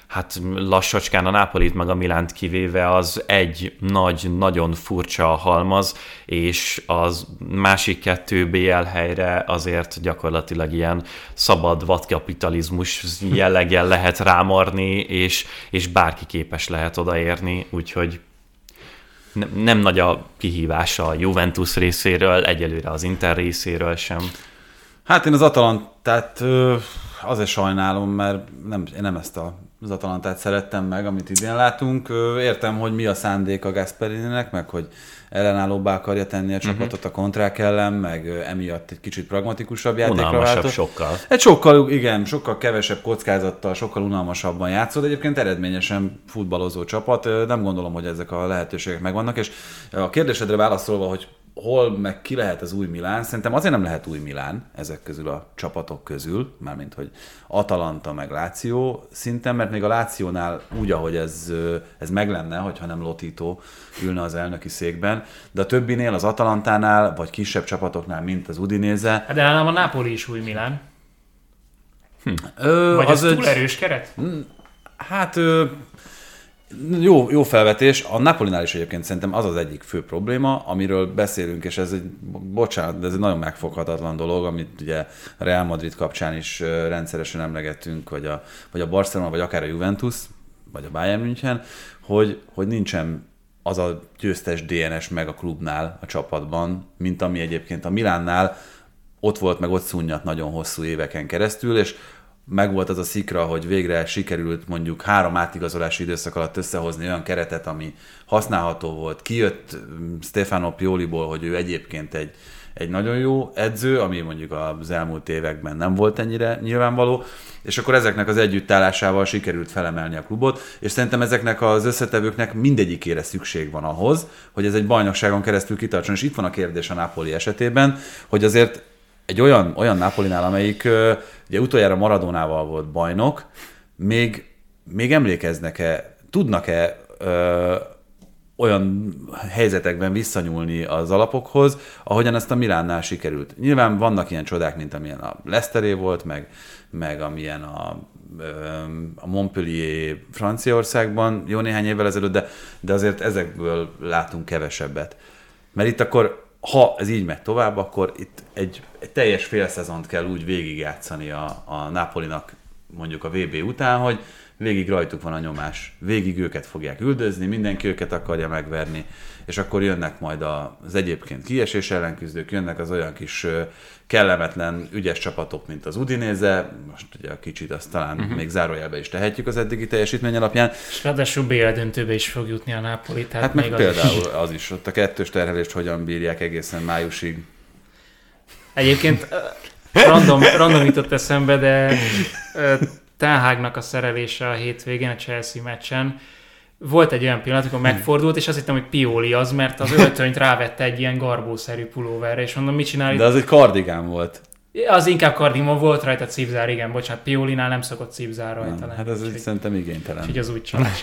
hát lassacskán a Nápolit meg a Milánt kivéve az egy nagy, nagyon furcsa halmaz, és az másik 2 BL helyre azért gyakorlatilag ilyen szabad vadkapitalizmus jelleggel lehet rámarni, és bárki képes lehet odaérni, úgyhogy nem nagy a kihívása a Juventus részéről, egyelőre az Inter részéről sem. Hát én az Atalantát azért sajnálom, mert én nem ezt az Atalantát szerettem meg, amit idén látunk. Értem, hogy mi a szándék a Gasperininek, meg hogy ellenállóbbá akarja tenni a csapatot a kontrák ellen, meg emiatt egy kicsit pragmatikusabb játékra váltott. Sokkal. Sokkal kevesebb kockázattal, sokkal unalmasabban játszott. Egyébként eredményesen futballozó csapat. Nem gondolom, hogy ezek a lehetőségek megvannak, és a kérdésedre válaszolva, hogy hol meg ki lehet az új Milán, szerintem azért nem lehet új Milán ezek közül a csapatok közül, mármint hogy Atalanta meg Lazio szinten, mert még a Lációnál úgy, ahogy ez meg lenne, hogyha nem Lotito ülne az elnöki székben, de a többinél, az Atalantánál, vagy kisebb csapatoknál, mint az Udinese. De nálam a Napoli is új Milán. Vagy az túl erős keret? Hát... Jó felvetés. A Napolinál is egyébként szerintem az az egyik fő probléma, amiről beszélünk, és ez bocsánat, de ez egy nagyon megfoghatatlan dolog, amit ugye a Real Madrid kapcsán is rendszeresen emlegettünk, vagy a Barcelona, vagy akár a Juventus, vagy a Bayern München, hogy nincsen az a győztes DNS meg a klubnál, a csapatban, mint ami egyébként a Milánnál ott volt, meg ott szúnnyat nagyon hosszú éveken keresztül, és megvolt az a szikra, hogy végre sikerült mondjuk 3 átigazolási időszak alatt összehozni olyan keretet, ami használható volt. Kijött Stefano Pioliból, hogy ő egyébként egy nagyon jó edző, ami mondjuk az elmúlt években nem volt ennyire nyilvánvaló, és akkor ezeknek az együttállásával sikerült felemelni a klubot, és szerintem ezeknek az összetevőknek mindegyikére szükség van ahhoz, hogy ez egy bajnokságon keresztül kitartson. És itt van a kérdés a Napoli esetében, hogy azért egy olyan Napolinál, amelyik ugye utoljára Maradonával volt bajnok, még emlékeznek-e, tudnak-e olyan helyzetekben visszanyúlni az alapokhoz, ahogyan ezt a Milánnál sikerült. Nyilván vannak ilyen csodák, mint amilyen a Leicesteré volt, meg amilyen a Montpellier Franciaországban jó néhány évvel ezelőtt, de azért ezekből látunk kevesebbet. Mert itt akkor ha ez így megy tovább, akkor itt egy teljes félszezont kell úgy végigjátszani a Napolinak mondjuk a VB után, hogy végig rajtuk van a nyomás, végig őket fogják üldözni, mindenki őket akarja megverni, és akkor jönnek majd az egyébként kiesés ellen küzdők, jönnek az olyan kis kellemetlen, ügyes csapatok, mint az Udinese, most ugye a kicsit azt talán még zárójelbe is tehetjük az eddigi teljesítmény alapján. És ráadásul BL döntőbe is fog jutni a Napoli. Tehát hát meg például az is, ott a 2-s terhelést hogyan bírják egészen májusig. Egyébként random jutott eszembe, de Ten Hagnak a szerelése a hétvégén, a Chelsea meccsen, volt egy olyan pillanat, amikor megfordult, és azt hittem, hogy Pioli az, mert az öltönyt rávette egy ilyen garbószerű pulóverre, és mondom, mit csinál itt? De az egy kardigán volt. Az inkább kardigán, volt rajta cipzár, igen, bocsánat, Piolinál nem szokott cipzár rajta. Nem, hát ez szerintem igénytelen. Így az úgy csalás.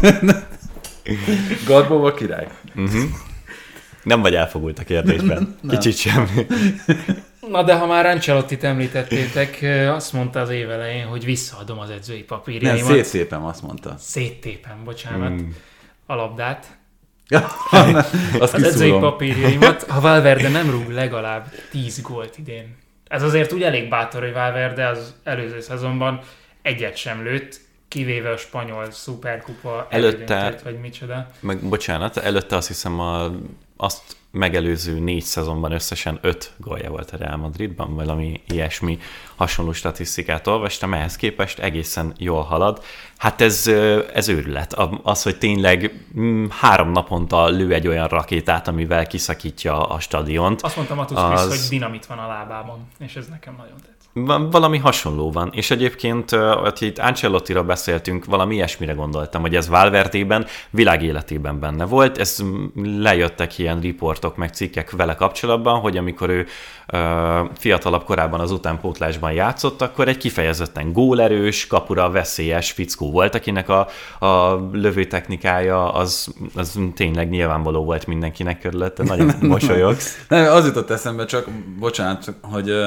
Garbóval király. Nem vagy elfogult a kérdésben. Kicsit sem. Na de ha már Ancelottit említettétek, azt mondta az év elején, hogy visszaadom az edzői papírjaimat. Nem, szétszépen azt mondta. Széttépem, bocsánat. A labdát. Az edzői papírjaimat, ha Valverde nem rúg legalább 10 gólt idén. Ez azért úgy elég bátor, hogy Valverde az előző szezonban egyet sem lőtt, kivéve a spanyol szuperkupa elődöntőt, vagy micsoda. Bocsánat, előtte azt hiszem azt megelőző 4 szezonban összesen 5 gólja volt a Real Madridban, valami ilyesmi hasonló statisztikát olvastam, ehhez képest egészen jól halad. Hát ez őrület. Az, hogy tényleg 3 naponta lő egy olyan rakétát, amivel kiszakítja a stadiont. Azt mondtam Matusz hogy dinamit van a lábában, és ez nekem nagyon tetsz. Valami hasonló van, és egyébként, hogy itt Ancelottira beszéltünk, valami ilyesmire gondoltam, hogy ez Valverdében, világéletében benne volt, ez lejöttek ilyen riportok, meg cikkek vele kapcsolatban, hogy amikor ő fiatalabb korában az utánpótlásban játszott, akkor egy kifejezetten gólerős, kapura veszélyes fickó volt, akinek a lövőtechnikája az tényleg nyilvánvaló volt mindenkinek körülötte, nagyon mosolyogsz. Nem, az jutott eszembe csak, bocsánat, hogy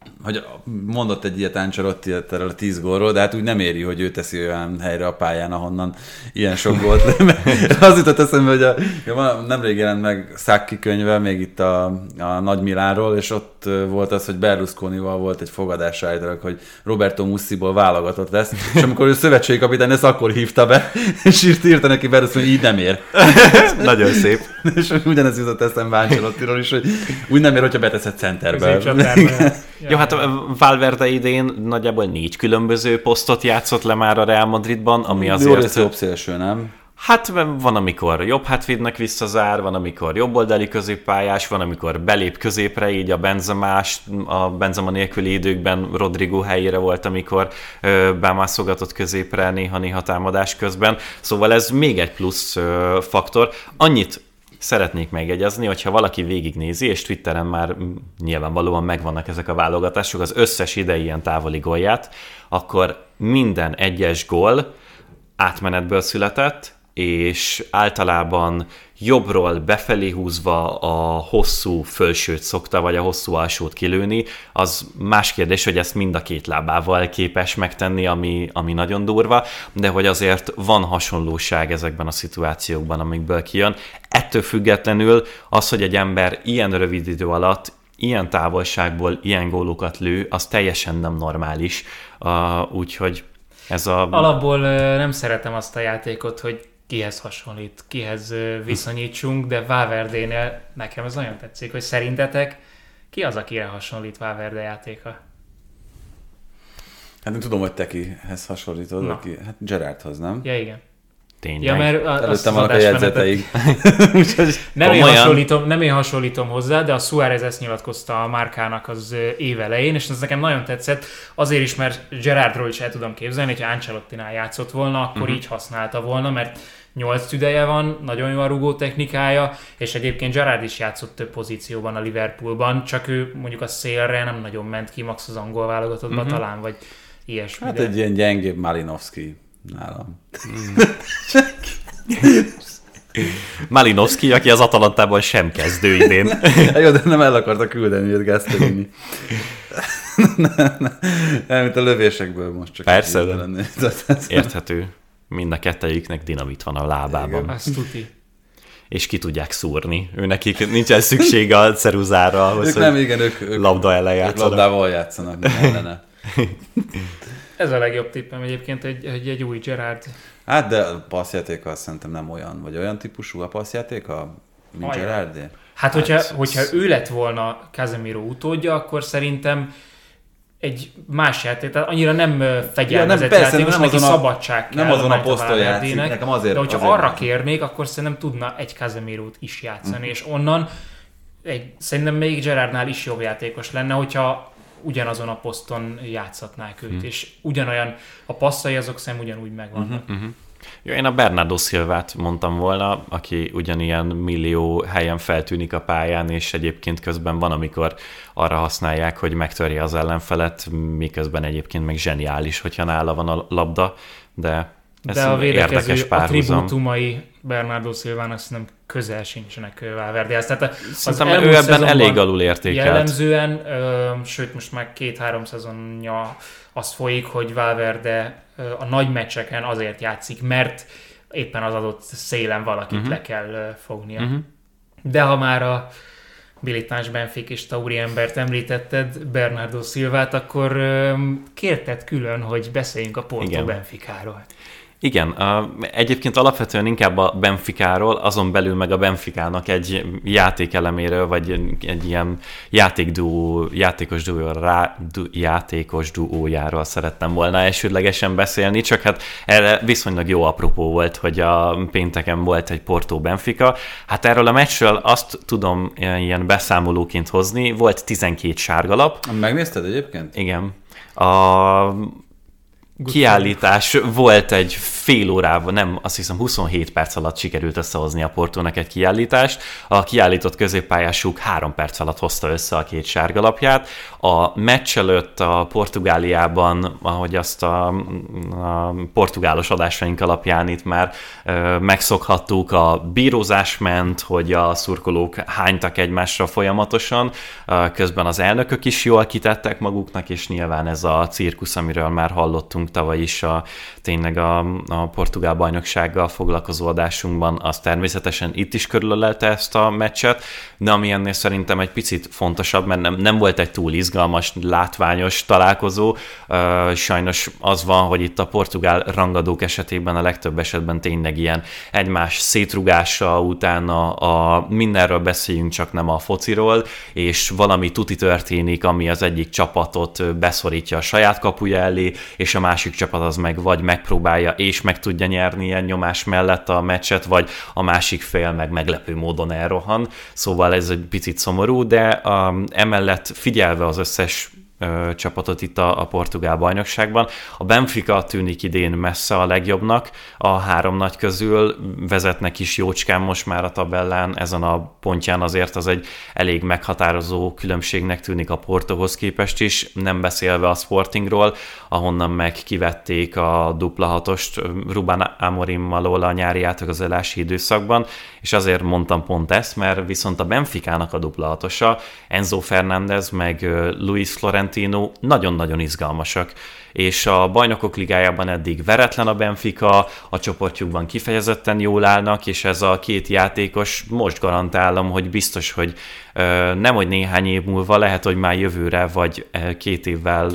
hogy mondott egy ilyet Ancelotti erről a 10 gólról, de hát úgy nem éri, hogy ő teszi olyan helyre a pályán, ahonnan ilyen sok volt. Az jutott eszembe, hogy nemrég jelent meg Sacchi könyve, még itt a Nagy Milánról, és ott volt az, hogy Berlusconival volt egy fogadás állítólag, hogy Roberto Mussiból válogatott lesz, és amikor ő szövetségi kapitány lesz, akkor hívta be, és írta neki Berlusconi, hogy így nem ér. Nagyon szép. És ugyanez jutott eszembe Ancelottiról is, hogy úgy nem ér, hogyha beteszed centerbe. Jó, hát Valverde idén nagyjából 4 különböző posztot játszott le már a Real Madridban, ami azért... Jobb szélső, nem? Hát van, amikor jobb hátvédnek visszazár, van, amikor jobboldali középpályás, van, amikor belép középre, így a Benzema nélküli időkben Rodrigo helyére volt, amikor bemászogatott középre néha támadás közben. Szóval ez még egy plusz faktor. Annyit szeretnék megjegyezni, hogyha valaki végignézi, és Twitteren már nyilvánvalóan megvannak ezek a válogatások, az összes idei ilyen távoli gólját, akkor minden egyes gól átmenetből született, és általában jobbról befelé húzva a hosszú fölsőt szokta, vagy a hosszú alsót kilőni. Az más kérdés, hogy ezt mind a két lábával képes megtenni, ami nagyon durva, de hogy azért van hasonlóság ezekben a szituációkban, amikből kijön. Ettől függetlenül az, hogy egy ember ilyen rövid idő alatt, ilyen távolságból ilyen gólokat lő, az teljesen nem normális. Úgyhogy ez a... Alapból nem szeretem azt a játékot, hogy kihez hasonlít, kihez viszonyítsunk, de Valverdénél nekem ez nagyon tetszik, hogy szerintetek ki az, akire hasonlít Valverde játéka? Hát nem tudom, hogy te kihez hasonlítod, aki, hát Gerrardhoz, nem? Ja, igen. Tényleg. Ja, mert előttem vannak a jegyzeteig. Nem én hasonlítom hozzá, de a Suárez ezt nyilatkozta a Márkának az évelején, és ez nekem nagyon tetszett. Azért is, mert Gerrardról is el tudom képzelni, hogyha Ancelottinál játszott volna, akkor így használta volna, mert 8 tüdeje van, nagyon jó a rugó technikája, és egyébként Gerrard is játszott több pozícióban a Liverpoolban, csak ő mondjuk a szélre nem nagyon ment ki, max az angol válogatottba talán, vagy ilyesmi. Hát egy ilyen gyengébb Malinowski nálam. Malinowski, aki az Atalantában sem kezdő idén. Jó, de nem el akarta küldeni őt Gasperini. Nem, mint a lövésekből most csak. Persze, érthető. Mind a kettejüknek dinamit van a lábában. Azt tuti. És ki tudják szúrni. Nekik nincsen szüksége a ceruzára ahhoz, ők labda ellen játszanak. Labdával játszanak, nem ellene. Ez a legjobb tippem egyébként, hogy egy új Gerrard. Hát, de a passzjátéka azt szerintem nem olyan, vagy olyan típusú a passzjátéka, mint Gerrardé. Hát, hogyha ő lett volna Casemiro utódja, akkor szerintem egy más játék, tehát annyira nem fegyelmezett játékos, neki szabadság kell. Nem azon a poszton játszik, nekem azért. De hogyha arra kérnék, akkor szerintem tudna egy Casemirót is játszani, és onnan szerintem még Gerrardnál is jobb játékos lenne, hogyha ugyanazon a poszton játszhatnák őt, és ugyanolyan a passzai azok szerintem ugyanúgy megvannak. Jó, én a Bernardo Silvát mondtam volna, aki ugyanilyen millió helyen feltűnik a pályán, és egyébként közben van, amikor arra használják, hogy megtörje az ellenfelet, miközben egyébként meg zseniális, hogyha nála van a labda, de ez a érdekes párhuzam. Attribútumai Bernardo Silvának nem közel sincsenek Valverdehez. Tehát szerintem ő ebben elég alul értékelt. Jellemzően, sőt most már 2-3 szezonja az folyik, hogy Valverde a nagy meccseken azért játszik, mert éppen az adott szélen valakit le kell fognia. De ha már a militáns benfiquista úriembert említetted, Bernardo Silvát, akkor kérted külön, hogy beszéljünk a Porto Benficáról. Igen, egyébként alapvetően inkább a Benficáról, azon belül meg a Benficának egy játékeleméről, vagy egy ilyen játékos duójáról szerettem volna elsődlegesen beszélni, csak hát erre viszonylag jó apropó volt, hogy a pénteken volt egy Porto Benfica. Hát erről a meccsről azt tudom ilyen beszámolóként hozni, volt 12 sárgalap. Megnézted egyébként? Igen. kiállítás volt egy fél órában, nem, azt hiszem 27 perc alatt sikerült összehozni a Portónak egy kiállítást. A kiállított középpályásuk 3 perc alatt hozta össze a 2 sárgalapját. A meccs előtt a Portugáliában, ahogy azt a portugálos adásaink alapján itt már megszokhattuk, a bírozás ment, hogy a szurkolók hánytak egymásra folyamatosan, közben az elnökök is jól kitettek maguknak, és nyilván ez a cirkusz, amiről már hallottunk tavaly is tényleg a portugál bajnoksággal foglalkozó adásunkban, az természetesen itt is körülölelte ezt a meccset, de ami ennél szerintem egy picit fontosabb, mert nem volt egy túl izgalmas, látványos találkozó. Sajnos az van, hogy itt a portugál rangadók esetében a legtöbb esetben tényleg ilyen egymás szétrugása, utána mindenről beszéljünk, csak nem a fociról, és valami tuti történik, ami az egyik csapatot beszorítja a saját kapuja elé, és a másik csapat az meg vagy megpróbálja és meg tudja nyerni ilyen nyomás mellett a meccset, vagy a másik fél meg meglepő módon elrohan. Szóval ez egy picit szomorú, de emellett figyelve az összes csapatot itt a portugál bajnokságban. A Benfica tűnik idén messze a legjobbnak, a 3 nagy közül vezetnek is jócskán most már a tabellán, ezen a pontján azért az egy elég meghatározó különbségnek tűnik a Portóhoz képest is, nem beszélve a Sportingról, ahonnan meg kivették a 0-6-ost Ruben Amorim alól a nyári átigazolási időszakban, és azért mondtam pont ezt, mert viszont a Benficának a 0-6-osa, Enzo Fernández meg Luis Florentino nagyon-nagyon izgalmasak, és a Bajnokok Ligájában eddig veretlen a Benfica, a csoportjukban kifejezetten jól állnak, és ez a 2 játékos, most garantálom, hogy biztos, hogy nemhogy néhány év múlva, lehet, hogy már jövőre, vagy 2 évvel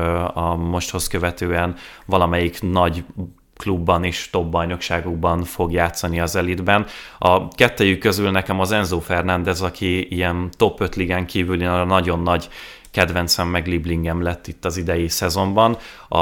a mosthoz követően valamelyik nagy klubban és top bajnokságokban fog játszani az elitben. A kettejük közül nekem az Enzo Fernández, aki ilyen top 5 ligán kívül nagyon nagy kedvencem meg Lieblingem lett itt az idei szezonban.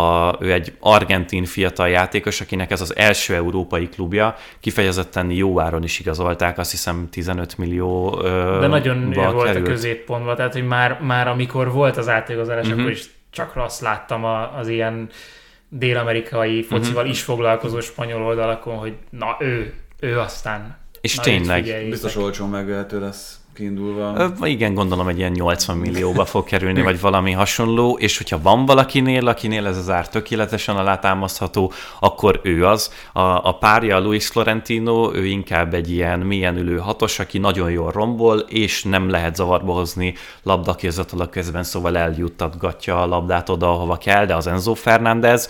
Ő egy argentin fiatal játékos, akinek ez az első európai klubja, kifejezetten jó áron is igazolták, azt hiszem 15 millió de nagyon jó volt került a középpontban, tehát hogy már amikor volt az átigazolás, akkor is csak azt láttam az ilyen dél-amerikai focival is foglalkozó spanyol oldalakon, hogy na ő aztán. És tényleg. Biztos olcsón megvehető lesz kiindulva. Igen, gondolom egy ilyen 80 millióba fog kerülni, vagy valami hasonló, és hogyha van akinél ez az ár tökéletesen alátámasztható, akkor ő az. A párja, Luis Florentino, ő inkább egy ilyen mélyen ülő 6-os, aki nagyon jól rombol, és nem lehet zavarba hozni labdakirzatal a közben, szóval eljuttatgatja a labdát oda, ahova kell, de az Enzo Fernández,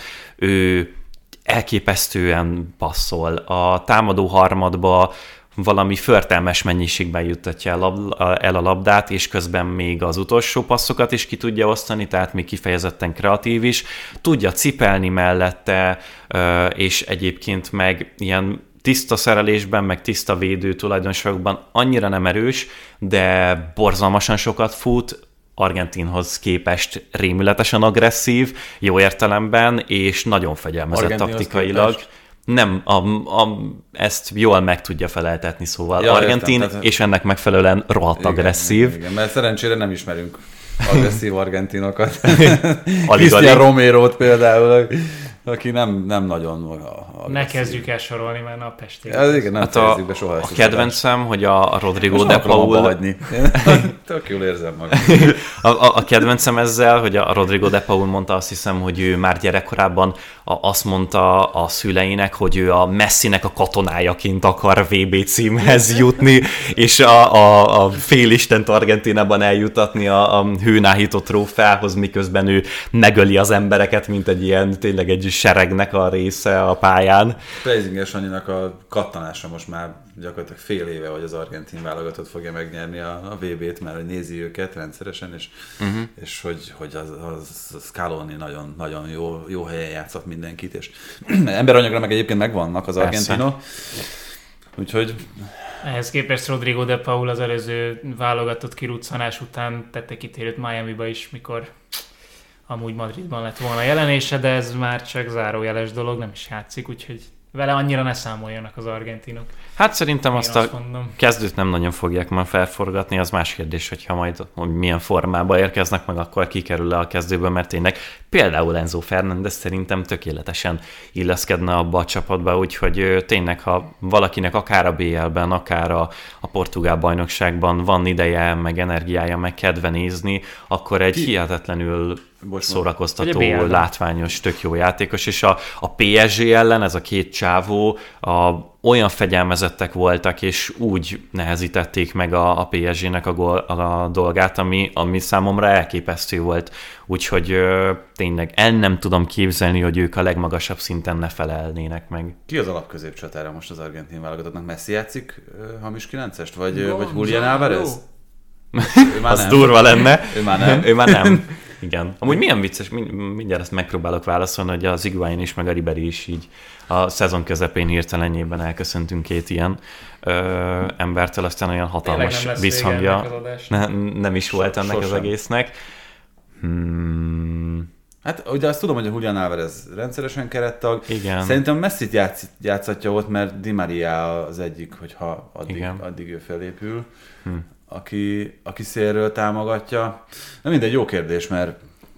ő elképesztően passzol. A támadó harmadba valami förtelmes mennyiségben juttatja el a labdát, és közben még az utolsó passzokat is ki tudja osztani, tehát még kifejezetten kreatív is. Tudja cipelni mellette, és egyébként meg ilyen tiszta szerelésben, meg tiszta védő tulajdonságokban annyira nem erős, de borzalmasan sokat fut, Argentinhoz képest rémületesen agresszív, jó értelemben, és nagyon fegyelmezett taktikailag. Nem, ezt jól meg tudja feleltetni, szóval ja, argentin, értem, és ennek megfelelően rohadt agresszív. Igen, mert szerencsére nem ismerünk agresszív argentinokat. Cristian Romérót például, aki nem nagyon agresszív. Ne kezdjük el sorolni, mert a Pestél. Ez igen, nem fejezzük be soha. A kedvencem, hogy a Rodrigo de Paul... Tök jól érzem magam. A kedvencem ezzel, hogy a Rodrigo de Paul mondta, azt hiszem, hogy ő már gyerekkorában azt mondta a szüleinek, hogy ő a Messinek a katonájaként akar VB címhez jutni, és a félistent Argentinában eljutatni a hőnáhított trófeához, miközben ő megöli az embereket, mint egy ilyen, tényleg egy seregnek a része a pályán. Preisinger Sanyinak a kattanása most már gyakorlatilag fél éve, hogy az argentin válogatott fogja megnyerni a VB-t, mert nézi őket rendszeresen, és hogy az Scaloni nagyon jó helyen játszott mindenkit, és emberanyagra meg egyébként megvannak az argentinok. Úgyhogy... Ehhez képest Rodrigo de Paul az előző válogatott kiruccanás után tette kitérőt Miamiba is, mikor amúgy Madridban lett volna jelenése, de ez már csak zárójeles dolog, nem is játszik, úgyhogy vele annyira ne számoljanak az argentinok. Hát szerintem azt a kezdőt nem nagyon fogják már felforgatni, az más kérdés, hogyha majd milyen formába érkeznek meg, akkor kikerül le a kezdőből, mert tényleg Például Enzo Fernández szerintem tökéletesen illeszkedne abba a csapatba, úgyhogy tényleg, ha valakinek akár a BL-ben, akár a portugál bajnokságban van ideje, meg energiája, meg kedve nézni, akkor egy hihetetlenül szórakoztató, látványos, tök jó játékos, és a PSG ellen ez a két csávó olyan fegyelmezettek voltak, és úgy nehezítették meg a PSG-nek a dolgát, ami számomra elképesztő volt. Úgyhogy tényleg nem tudom képzelni, hogy ők a legmagasabb szinten ne felelnének meg. Ki az alapközépcsatára most az argentin válogatottnak? Messi játszik hamis 9-est? Vagy Julián Álvarez? Az durva lenne. Ő már nem. Igen. Amúgy milyen vicces, mindjárt ezt megpróbálok válaszolni, hogy az Higuaín is, meg a Ribéry is így a szezon közepén hirtelenjében elköszöntünk két ilyen embertől, aztán olyan hatalmas visszhangja nem is volt ennek az egésznek. Hát ugye azt tudom, hogy a Julián Álvarez rendszeresen kerettag. Igen. Szerintem Messit játszatja ott, mert Di Maria az egyik, hogyha addig ő felépül. Aki szélről támogatja. Na mindegy, jó kérdés, mert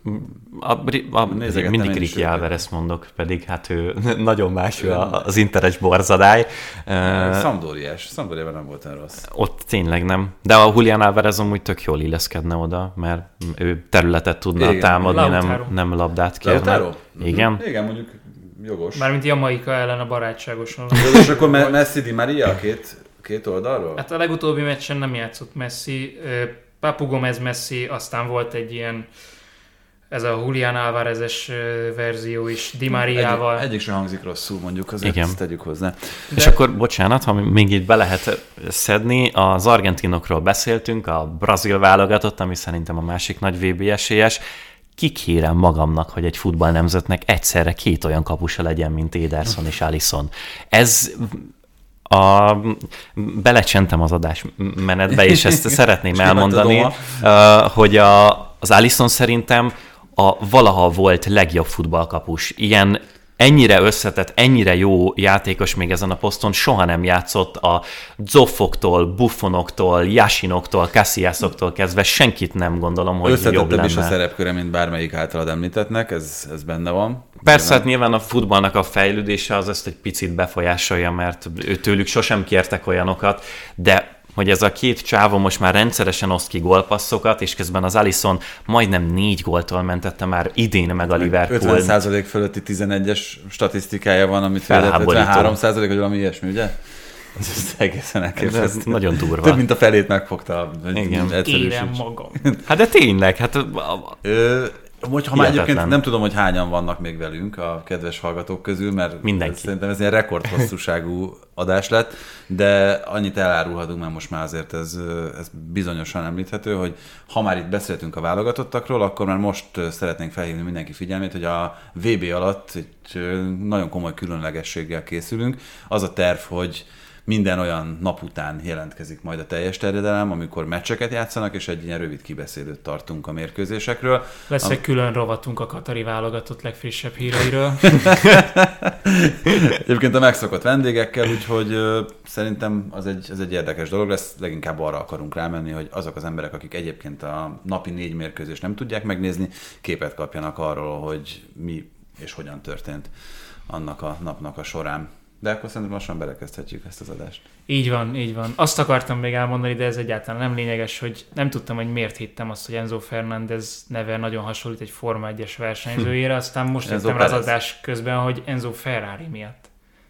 mindig Ricky Álvarez mondok, pedig hát ő nagyon más az interes borzadály. Sampdoriában nem volt olyan rossz. Ott tényleg nem. De a Julián Álvarez amúgy tök jól illeszkedne oda, mert ő területet tudna támadni, nem labdát kérne. Igen? Igen, mondjuk jogos. Mármint Jamaika ellen a barátságoson. És akkor Messi, Di Maria két oldalról? Hát a legutóbbi meccsen nem játszott Messi. Papu Gomez Messi, aztán volt egy ilyen ez a Julián Álvarez-es verzió is, Di Mariával. Egyik sem hangzik rosszul, mondjuk, azért ezt tegyük hozzá. De... És akkor, bocsánat, ha még itt be lehet szedni, az argentinokról beszéltünk, a brazil válogatott, ami szerintem a másik nagy VB esélyes. Kikérem magamnak, hogy egy futballnemzetnek egyszerre két olyan kapusa legyen, mint Ederson és Alisson. Ez... Belecsentem az adás menetbe, és ezt szeretném elmondani, hogy az Alisson szerintem a valaha volt legjobb futballkapus. Ilyen ennyire összetett, ennyire jó játékos még ezen a poszton soha nem játszott a Zoffoktól, Buffonoktól, Yashinoktól, Casillaszoktól kezdve senkit nem gondolom, hogy jobb lenne. Összetettebb is a szerepköre, mint bármelyik általad említettnek, ez benne van. Persze, hát nyilván a futballnak a fejlődése az ezt egy picit befolyásolja, mert tőlük sosem kértek olyanokat, de hogy ez a két csávó most már rendszeresen oszt ki gólpasszokat, és közben az Alisson majdnem 4 góltól mentette már idén meg a Liverpool. 50% fölötti 11-es statisztikája van, amit 53%, vagy valami ilyesmi, ugye? Ez egészen elképesztő. Ez nagyon durva. Több mint a felét megfogta. Érem magam. Hát de tényleg, hát... Ha már egyébként nem tudom, hogy hányan vannak még velünk a kedves hallgatók közül, mert szerintem ez ilyen rekordhosszúságú adás lett, de annyit elárulhatunk, mert most már azért ez bizonyosan említhető, hogy ha már itt beszéltünk a válogatottakról, akkor már most szeretnénk felhívni mindenki figyelmét, hogy a VB alatt egy nagyon komoly különlegességgel készülünk. Az a terv, hogy minden olyan nap után jelentkezik majd a teljes terjedelem, amikor meccseket játszanak, és egy ilyen rövid kibeszélőt tartunk a mérkőzésekről. Lesz egy külön rovatunk a katari válogatott legfrissebb híreiről. Egyébként a megszokott vendégekkel, úgyhogy szerintem az egy érdekes dolog lesz. Leginkább arra akarunk rámenni, hogy azok az emberek, akik egyébként a napi 4 mérkőzést nem tudják megnézni, képet kapjanak arról, hogy mi és hogyan történt annak a napnak a során. De akkor szerintem lassan belekezdhetjük ezt az adást. Így van, így van. Azt akartam még elmondani, de ez egyáltalán nem lényeges, hogy nem tudtam, hogy miért hittem azt, hogy Enzo Fernández neve nagyon hasonlít egy Forma 1-es versenyzőjére, aztán most jöttem rá az adás közben, hogy Enzo Ferrari miatt.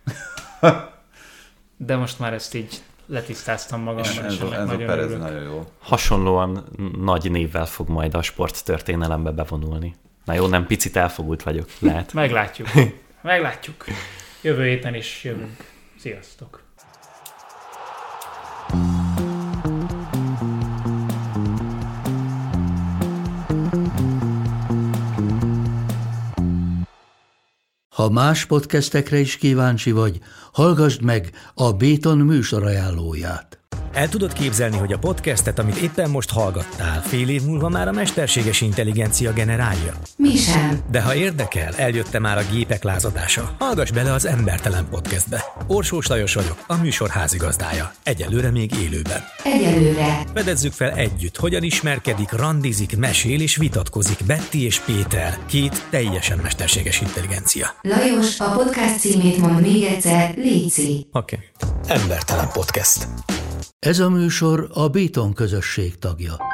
De most már ezt így letisztáztam magamban. Enzo Perez nagyon jó. Hasonlóan nagy névvel fog majd a sporttörténelembe bevonulni. Na jó, nem picit elfogult vagyok, lehet. Meglátjuk. Meglátjuk. Jövő héten is jövünk. Sziasztok! Ha más podcastekre is kíváncsi vagy, hallgassd meg a Béton műsor ajánlóját. El tudod képzelni, hogy a podcastet, amit éppen most hallgattál, fél év múlva már a mesterséges intelligencia generálja? Mi sem. De ha érdekel, eljött már a gépek lázadása. Hallgass bele az Embertelen Podcastbe. Orsós Lajos vagyok, a műsor házigazdája. Egyelőre még élőben. Egyelőre. Fedezzük fel együtt, hogyan ismerkedik, randizik, mesél és vitatkozik Betty és Péter, két teljesen mesterséges intelligencia. Lajos, a podcast címét mond még egyszer, léci. Oké. Embertelen Podcast. Ez a műsor a Béton közösség tagja.